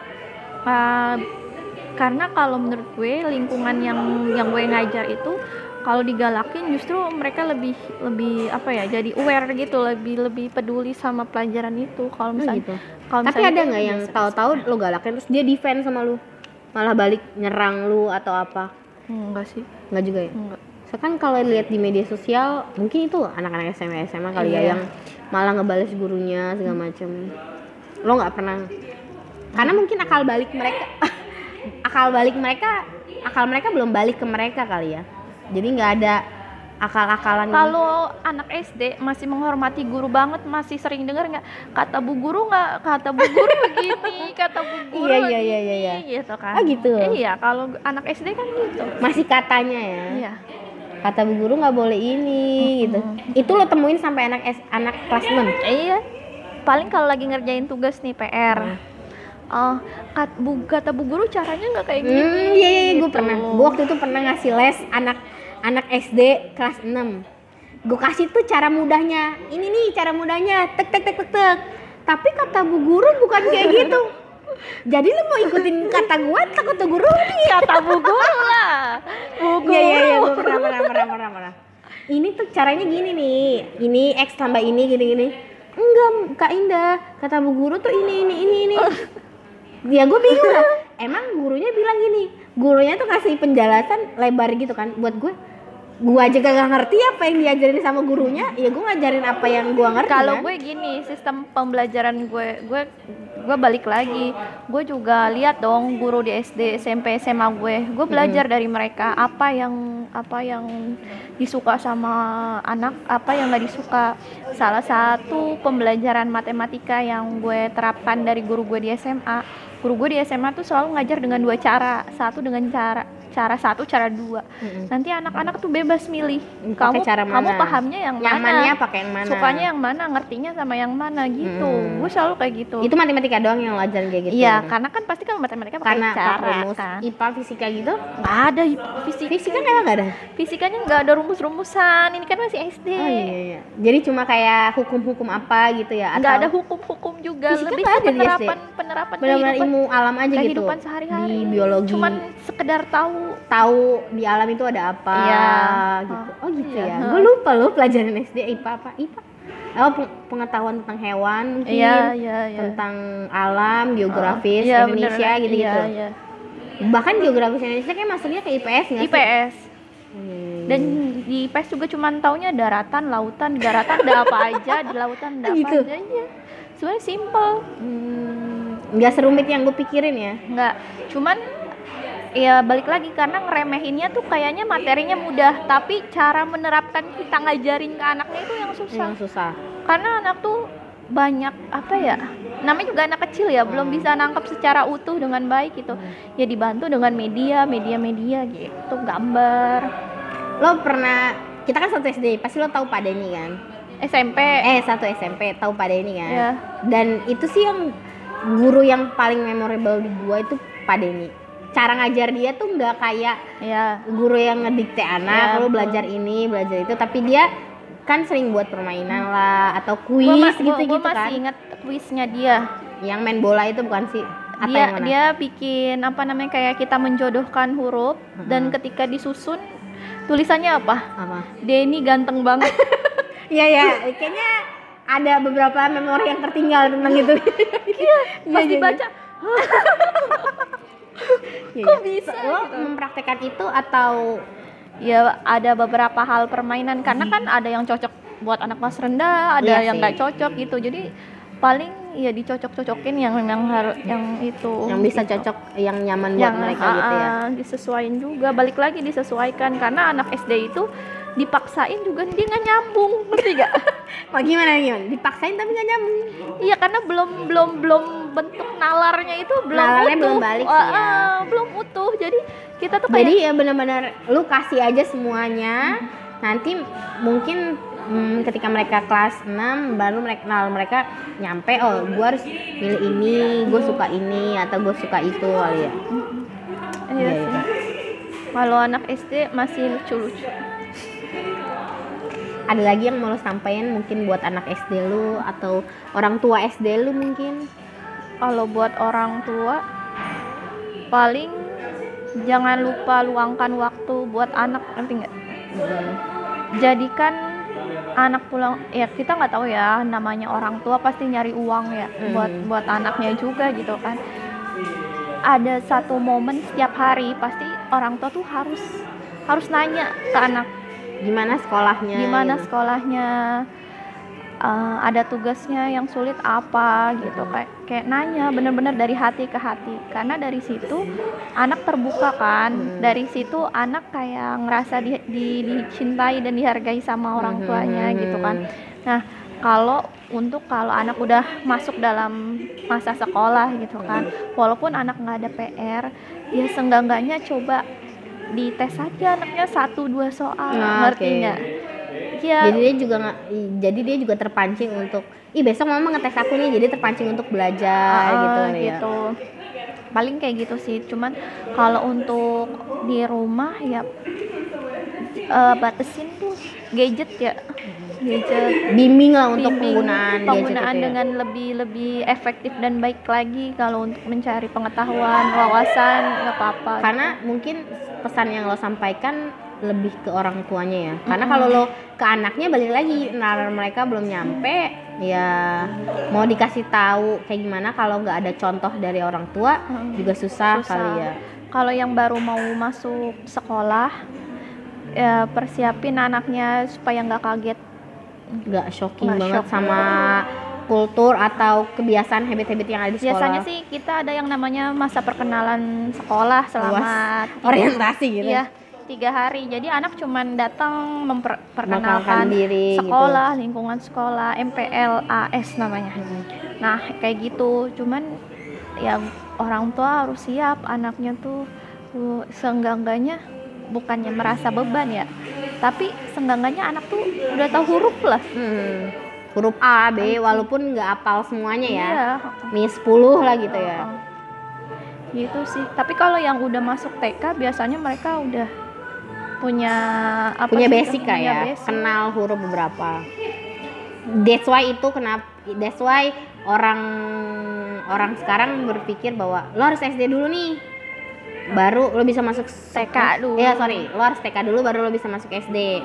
kalau menurut gue lingkungan yang gue ngajar itu kalau digalakin justru mereka lebih apa ya, jadi aware gitu, lebih peduli sama pelajaran itu. Kalau misalnya, gitu. Tapi ada nggak yang tahu-tahu lo galakin terus dia defend sama lo, malah balik nyerang lu atau apa? Enggak sih. Enggak juga ya? Enggak. So kan kalau lihat di media sosial mungkin itu anak-anak SMA kali ya yang malah ngebales gurunya segala macem. Lo nggak pernah? Karena mungkin akal mereka belum balik ke mereka kali ya. Jadi nggak ada akal-akalan. Kalau anak SD masih menghormati guru banget, masih sering dengar nggak kata bu guru begini, kata bu guru iya. gitu kan. Gitu. Iya, kalau anak SD kan gitu. Masih katanya ya. Iya. Kata bu guru nggak boleh ini gitu. Itu lo temuin sampai anak kelas 6. Iya. Paling kalau lagi ngerjain tugas nih PR. Kata bu guru caranya nggak kayak gini. Iya, gitu. Gue waktu itu pernah ngasih les anak SD kelas 6. Gue kasih tuh cara mudahnya. Ini nih cara mudahnya. Tek. Tapi kata bu guru bukan kayak gitu. Jadi lu mau ikutin kata gue atau kata guru nih? Kata bu guru lah. Bu guru. Iya, gue pernah. Ini tuh caranya gini nih. Ini X tambah ini gini. Enggak, Kak Indah. Kata bu guru tuh ini. Ya gue bingung lah. Emang gurunya bilang gini. Gurunya tuh kasih penjelasan lebar gitu kan. Buat gue aja gak ngerti apa yang diajarin sama gurunya. Ya gue ngajarin apa yang gue ngerti. Kalau kan? gue gini, sistem pembelajaran gue balik lagi. Gue juga lihat dong guru di SD, SMP, SMA gue belajar dari mereka apa yang disuka sama anak, apa yang gak disuka. Salah satu pembelajaran matematika yang gue terapkan dari guru gue di SMA. Guru gue di SMA tuh selalu ngajar dengan 2 cara. Satu dengan cara cara 1, cara 2. Nanti anak-anak tuh bebas milih. Pakai cara mana? Kamu pahamnya yang mana? Nyamannya pakai yang mana? Sukanya yang mana? Ngertinya sama yang mana gitu. Gue selalu kayak gitu. Itu matematika doang yang lo ajarin kayak gitu? Iya, karena kan pasti kan matematika pakai cara kan. IPA, fisika gitu? Nggak ada Fisika emang nggak ada? Fisikanya nggak ada rumus-rumusan. Ini kan masih SD. Oh iya. Jadi cuma kayak hukum-hukum apa gitu ya? Nggak ada hukum-hukum juga. Fisika Lebih nggak ke ada penerapan benar-benar ilmu alam aja gitu. kehidupan sehari-hari. Di biologi. Cuman sekedar tahu di alam itu ada apa gitu. Oh gitu iya. ya. Gue lupa loh pelajaran SD IPA apa? IPA. Oh, pengetahuan tentang hewan mungkin. Iya. Tentang alam, geografis Indonesia bener. gitu-gitu. Iya. Bahkan geografis Indonesia kayak masuknya ke IPS nggak sih? IPS. Dan di IPS juga cuman taunya daratan, lautan, di daratan ada apa aja, di lautan ada gitu. apa aja. Iya. Sebenarnya simple. Nggak serumit yang gue pikirin ya. Nggak. Cuman ya balik lagi karena ngeremehinnya tuh kayaknya materinya mudah, tapi cara menerapkan kita ngajarin ke anaknya itu yang susah. Karena anak tuh banyak apa ya, namanya juga anak kecil ya, belum bisa nangkep secara utuh dengan baik gitu. Ya dibantu dengan media gitu, gambar. Lo pernah, kita kan satu SD, pasti lo tahu Pak Denny kan? Satu SMP tahu Pak Denny kan? Yeah. Dan itu sih yang guru yang paling memorable di gua itu Pak Denny. Cara ngajar dia tuh nggak kayak guru yang ngedikte anak, lo belajar ini, belajar itu, tapi dia kan sering buat permainan lah atau kuis gitu-gitu kan. Gue masih inget kuisnya dia. Yang main bola itu bukan sih? Dia bikin apa namanya kayak kita menjodohkan huruf dan ketika disusun tulisannya apa? Denny ganteng banget. Iya, kayaknya ada beberapa memori yang tertinggal tentang itu. Pas dibaca. Kok bisa? Lo gitu mempraktekkan itu atau ya ada beberapa hal permainan karena kan ada yang cocok buat anak kelas rendah, ada yang nggak cocok gitu. Jadi paling ya dicocok-cocokin yang harus yang itu. Yang bisa gitu. Cocok, yang nyaman buat mereka gitu ya. Disesuaikan juga, balik lagi disesuaikan karena anak SD itu dipaksain juga dia nggak nyambung, ngerti gak? Gimana? Dipaksain tapi nggak nyambung? Iya karena belum bentuk nalarnya itu nalarnya belum balik sih ya. Belum utuh, jadi kita tuh kayak jadi ya benar-benar lu kasih aja semuanya. Nanti mungkin ketika mereka kelas 6 baru mereka nyampe, oh gue harus pilih ini, gue suka ini atau gue suka itu kali ya. Iya sih. Kalau anak SD masih lucu-lucu. Ada lagi yang mau lo sampaikan mungkin buat anak SD lu atau orang tua SD lu mungkin? Kalau buat orang tua paling jangan lupa luangkan waktu buat anak, ngerti nggak? Jadikan anak pulang, ya kita nggak tahu ya, namanya orang tua pasti nyari uang ya buat anaknya juga gitu kan. Ada satu momen setiap hari pasti orang tua tuh harus nanya ke anak gimana sekolahnya, ada tugasnya yang sulit apa gitu, kayak nanya bener-bener dari hati ke hati, karena dari situ anak terbuka kan. Dari situ anak kayak ngerasa dicintai dan dihargai sama orang tuanya gitu kan. Nah kalau anak udah masuk dalam masa sekolah gitu kan, walaupun anak nggak ada PR, ya seenggak-enggaknya coba dites aja anaknya 1-2 soal, ngerti nggak? Ya. Jadi dia juga terpancing untuk, besok mama ngetes aku nih, jadi terpancing untuk belajar gitu. Paling kayak gitu sih. Cuman kalau untuk di rumah ya batasin tuh gadget, bimbing lah untuk penggunaan gadget itu dengan lebih efektif dan baik lagi. Kalau untuk mencari pengetahuan, wawasan, nggak apa-apa. Karena mungkin pesan yang lo sampaikan lebih ke orang tuanya ya. Karena kalau lo ke anaknya balik lagi, nalar mereka belum nyampe, ya mau dikasih tahu kayak gimana kalau nggak ada contoh dari orang tua juga susah kali ya. Kalau yang baru mau masuk sekolah, ya persiapin anaknya supaya nggak kaget, nggak shocking banget sama kultur atau kebiasaan habit-habit yang ada di sekolah. Biasanya sih kita ada yang namanya masa perkenalan sekolah selama orientasi gitu. Iya, 3 hari. Jadi anak cuman datang memperkenalkan diri sekolah, gitu. Lingkungan sekolah, MPLAS namanya. Nah kayak gitu. Cuman ya orang tua harus siap anaknya tuh Seenggak-enggaknya bukannya merasa beban ya, tapi seenggak-enggaknya anak tuh udah tahu huruf lah. Huruf A, B, walaupun nggak apal semuanya ya. Iya. Nih 10 lah gitu ya. Gitu sih. Tapi kalau yang udah masuk TK biasanya mereka udah punya punya basic ya, kenal huruf beberapa. That's why orang sekarang berpikir bahwa lo harus SD dulu nih, baru lo bisa masuk TK dulu. Lo harus TK dulu baru lo bisa masuk SD.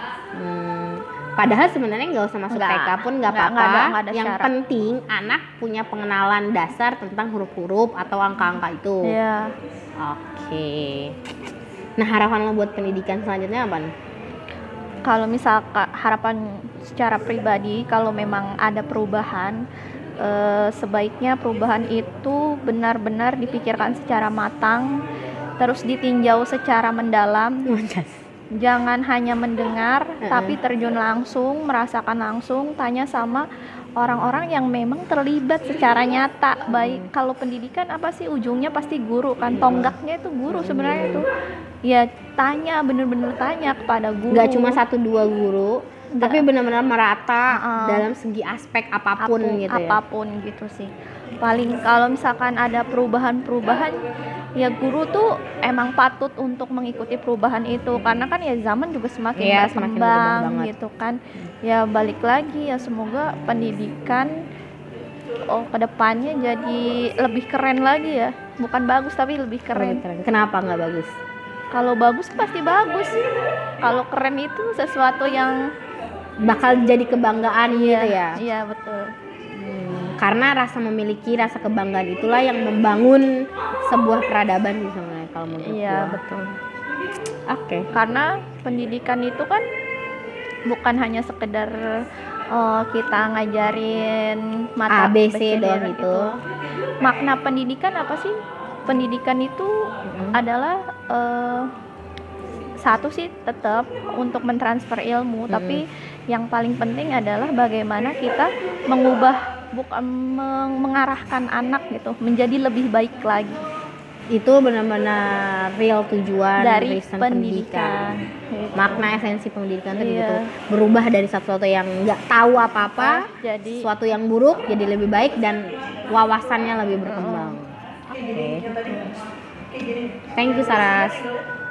Padahal sebenarnya nggak usah masuk TK pun nggak apa-apa. Yang syarat. Penting anak punya pengenalan dasar tentang huruf-huruf atau angka-angka itu. Iya. Oke. Nah, harapan lo buat pendidikan selanjutnya apa nih? Kalau misalkan harapan secara pribadi, kalau memang ada perubahan, sebaiknya perubahan itu benar-benar dipikirkan secara matang, terus ditinjau secara mendalam. Jangan hanya mendengar, tapi terjun langsung, merasakan langsung, tanya sama orang-orang yang memang terlibat secara nyata. Baik, kalau pendidikan apa sih ujungnya pasti guru kan, tonggaknya itu guru sebenarnya itu. Ya tanya, bener-bener tanya kepada guru. Gak cuma 1-2 guru, tapi benar-benar merata dalam segi aspek apapun gitu ya. Apapun gitu sih. Paling kalau misalkan ada perubahan-perubahan, ya guru tuh emang patut untuk mengikuti perubahan itu, karena kan ya zaman juga semakin berkembang gitu kan. Ya balik lagi ya, semoga pendidikan kedepannya jadi lebih keren lagi ya, bukan bagus tapi lebih keren. Kenapa nggak bagus? Kalau bagus pasti bagus, kalau keren itu sesuatu yang bakal jadi kebanggaan gitu ya. Iya betul. Karena memiliki rasa kebanggaan itulah yang membangun sebuah peradaban gitu sebenarnya kalau menurut Iya betul. Oke. Karena pendidikan itu kan bukan hanya sekedar kita ngajarin mata A, B, C doang itu. Makna pendidikan apa sih? Pendidikan itu adalah satu sih tetap untuk mentransfer ilmu, tapi yang paling penting adalah bagaimana kita mengarahkan anak gitu menjadi lebih baik lagi. Itu benar-benar real tujuan dari pendidikan. Makna esensi pendidikan itu gitu, berubah dari sesuatu yang nggak tahu apa-apa jadi sesuatu yang buruk jadi lebih baik dan wawasannya lebih berkembang. Oke. Thank you Saras.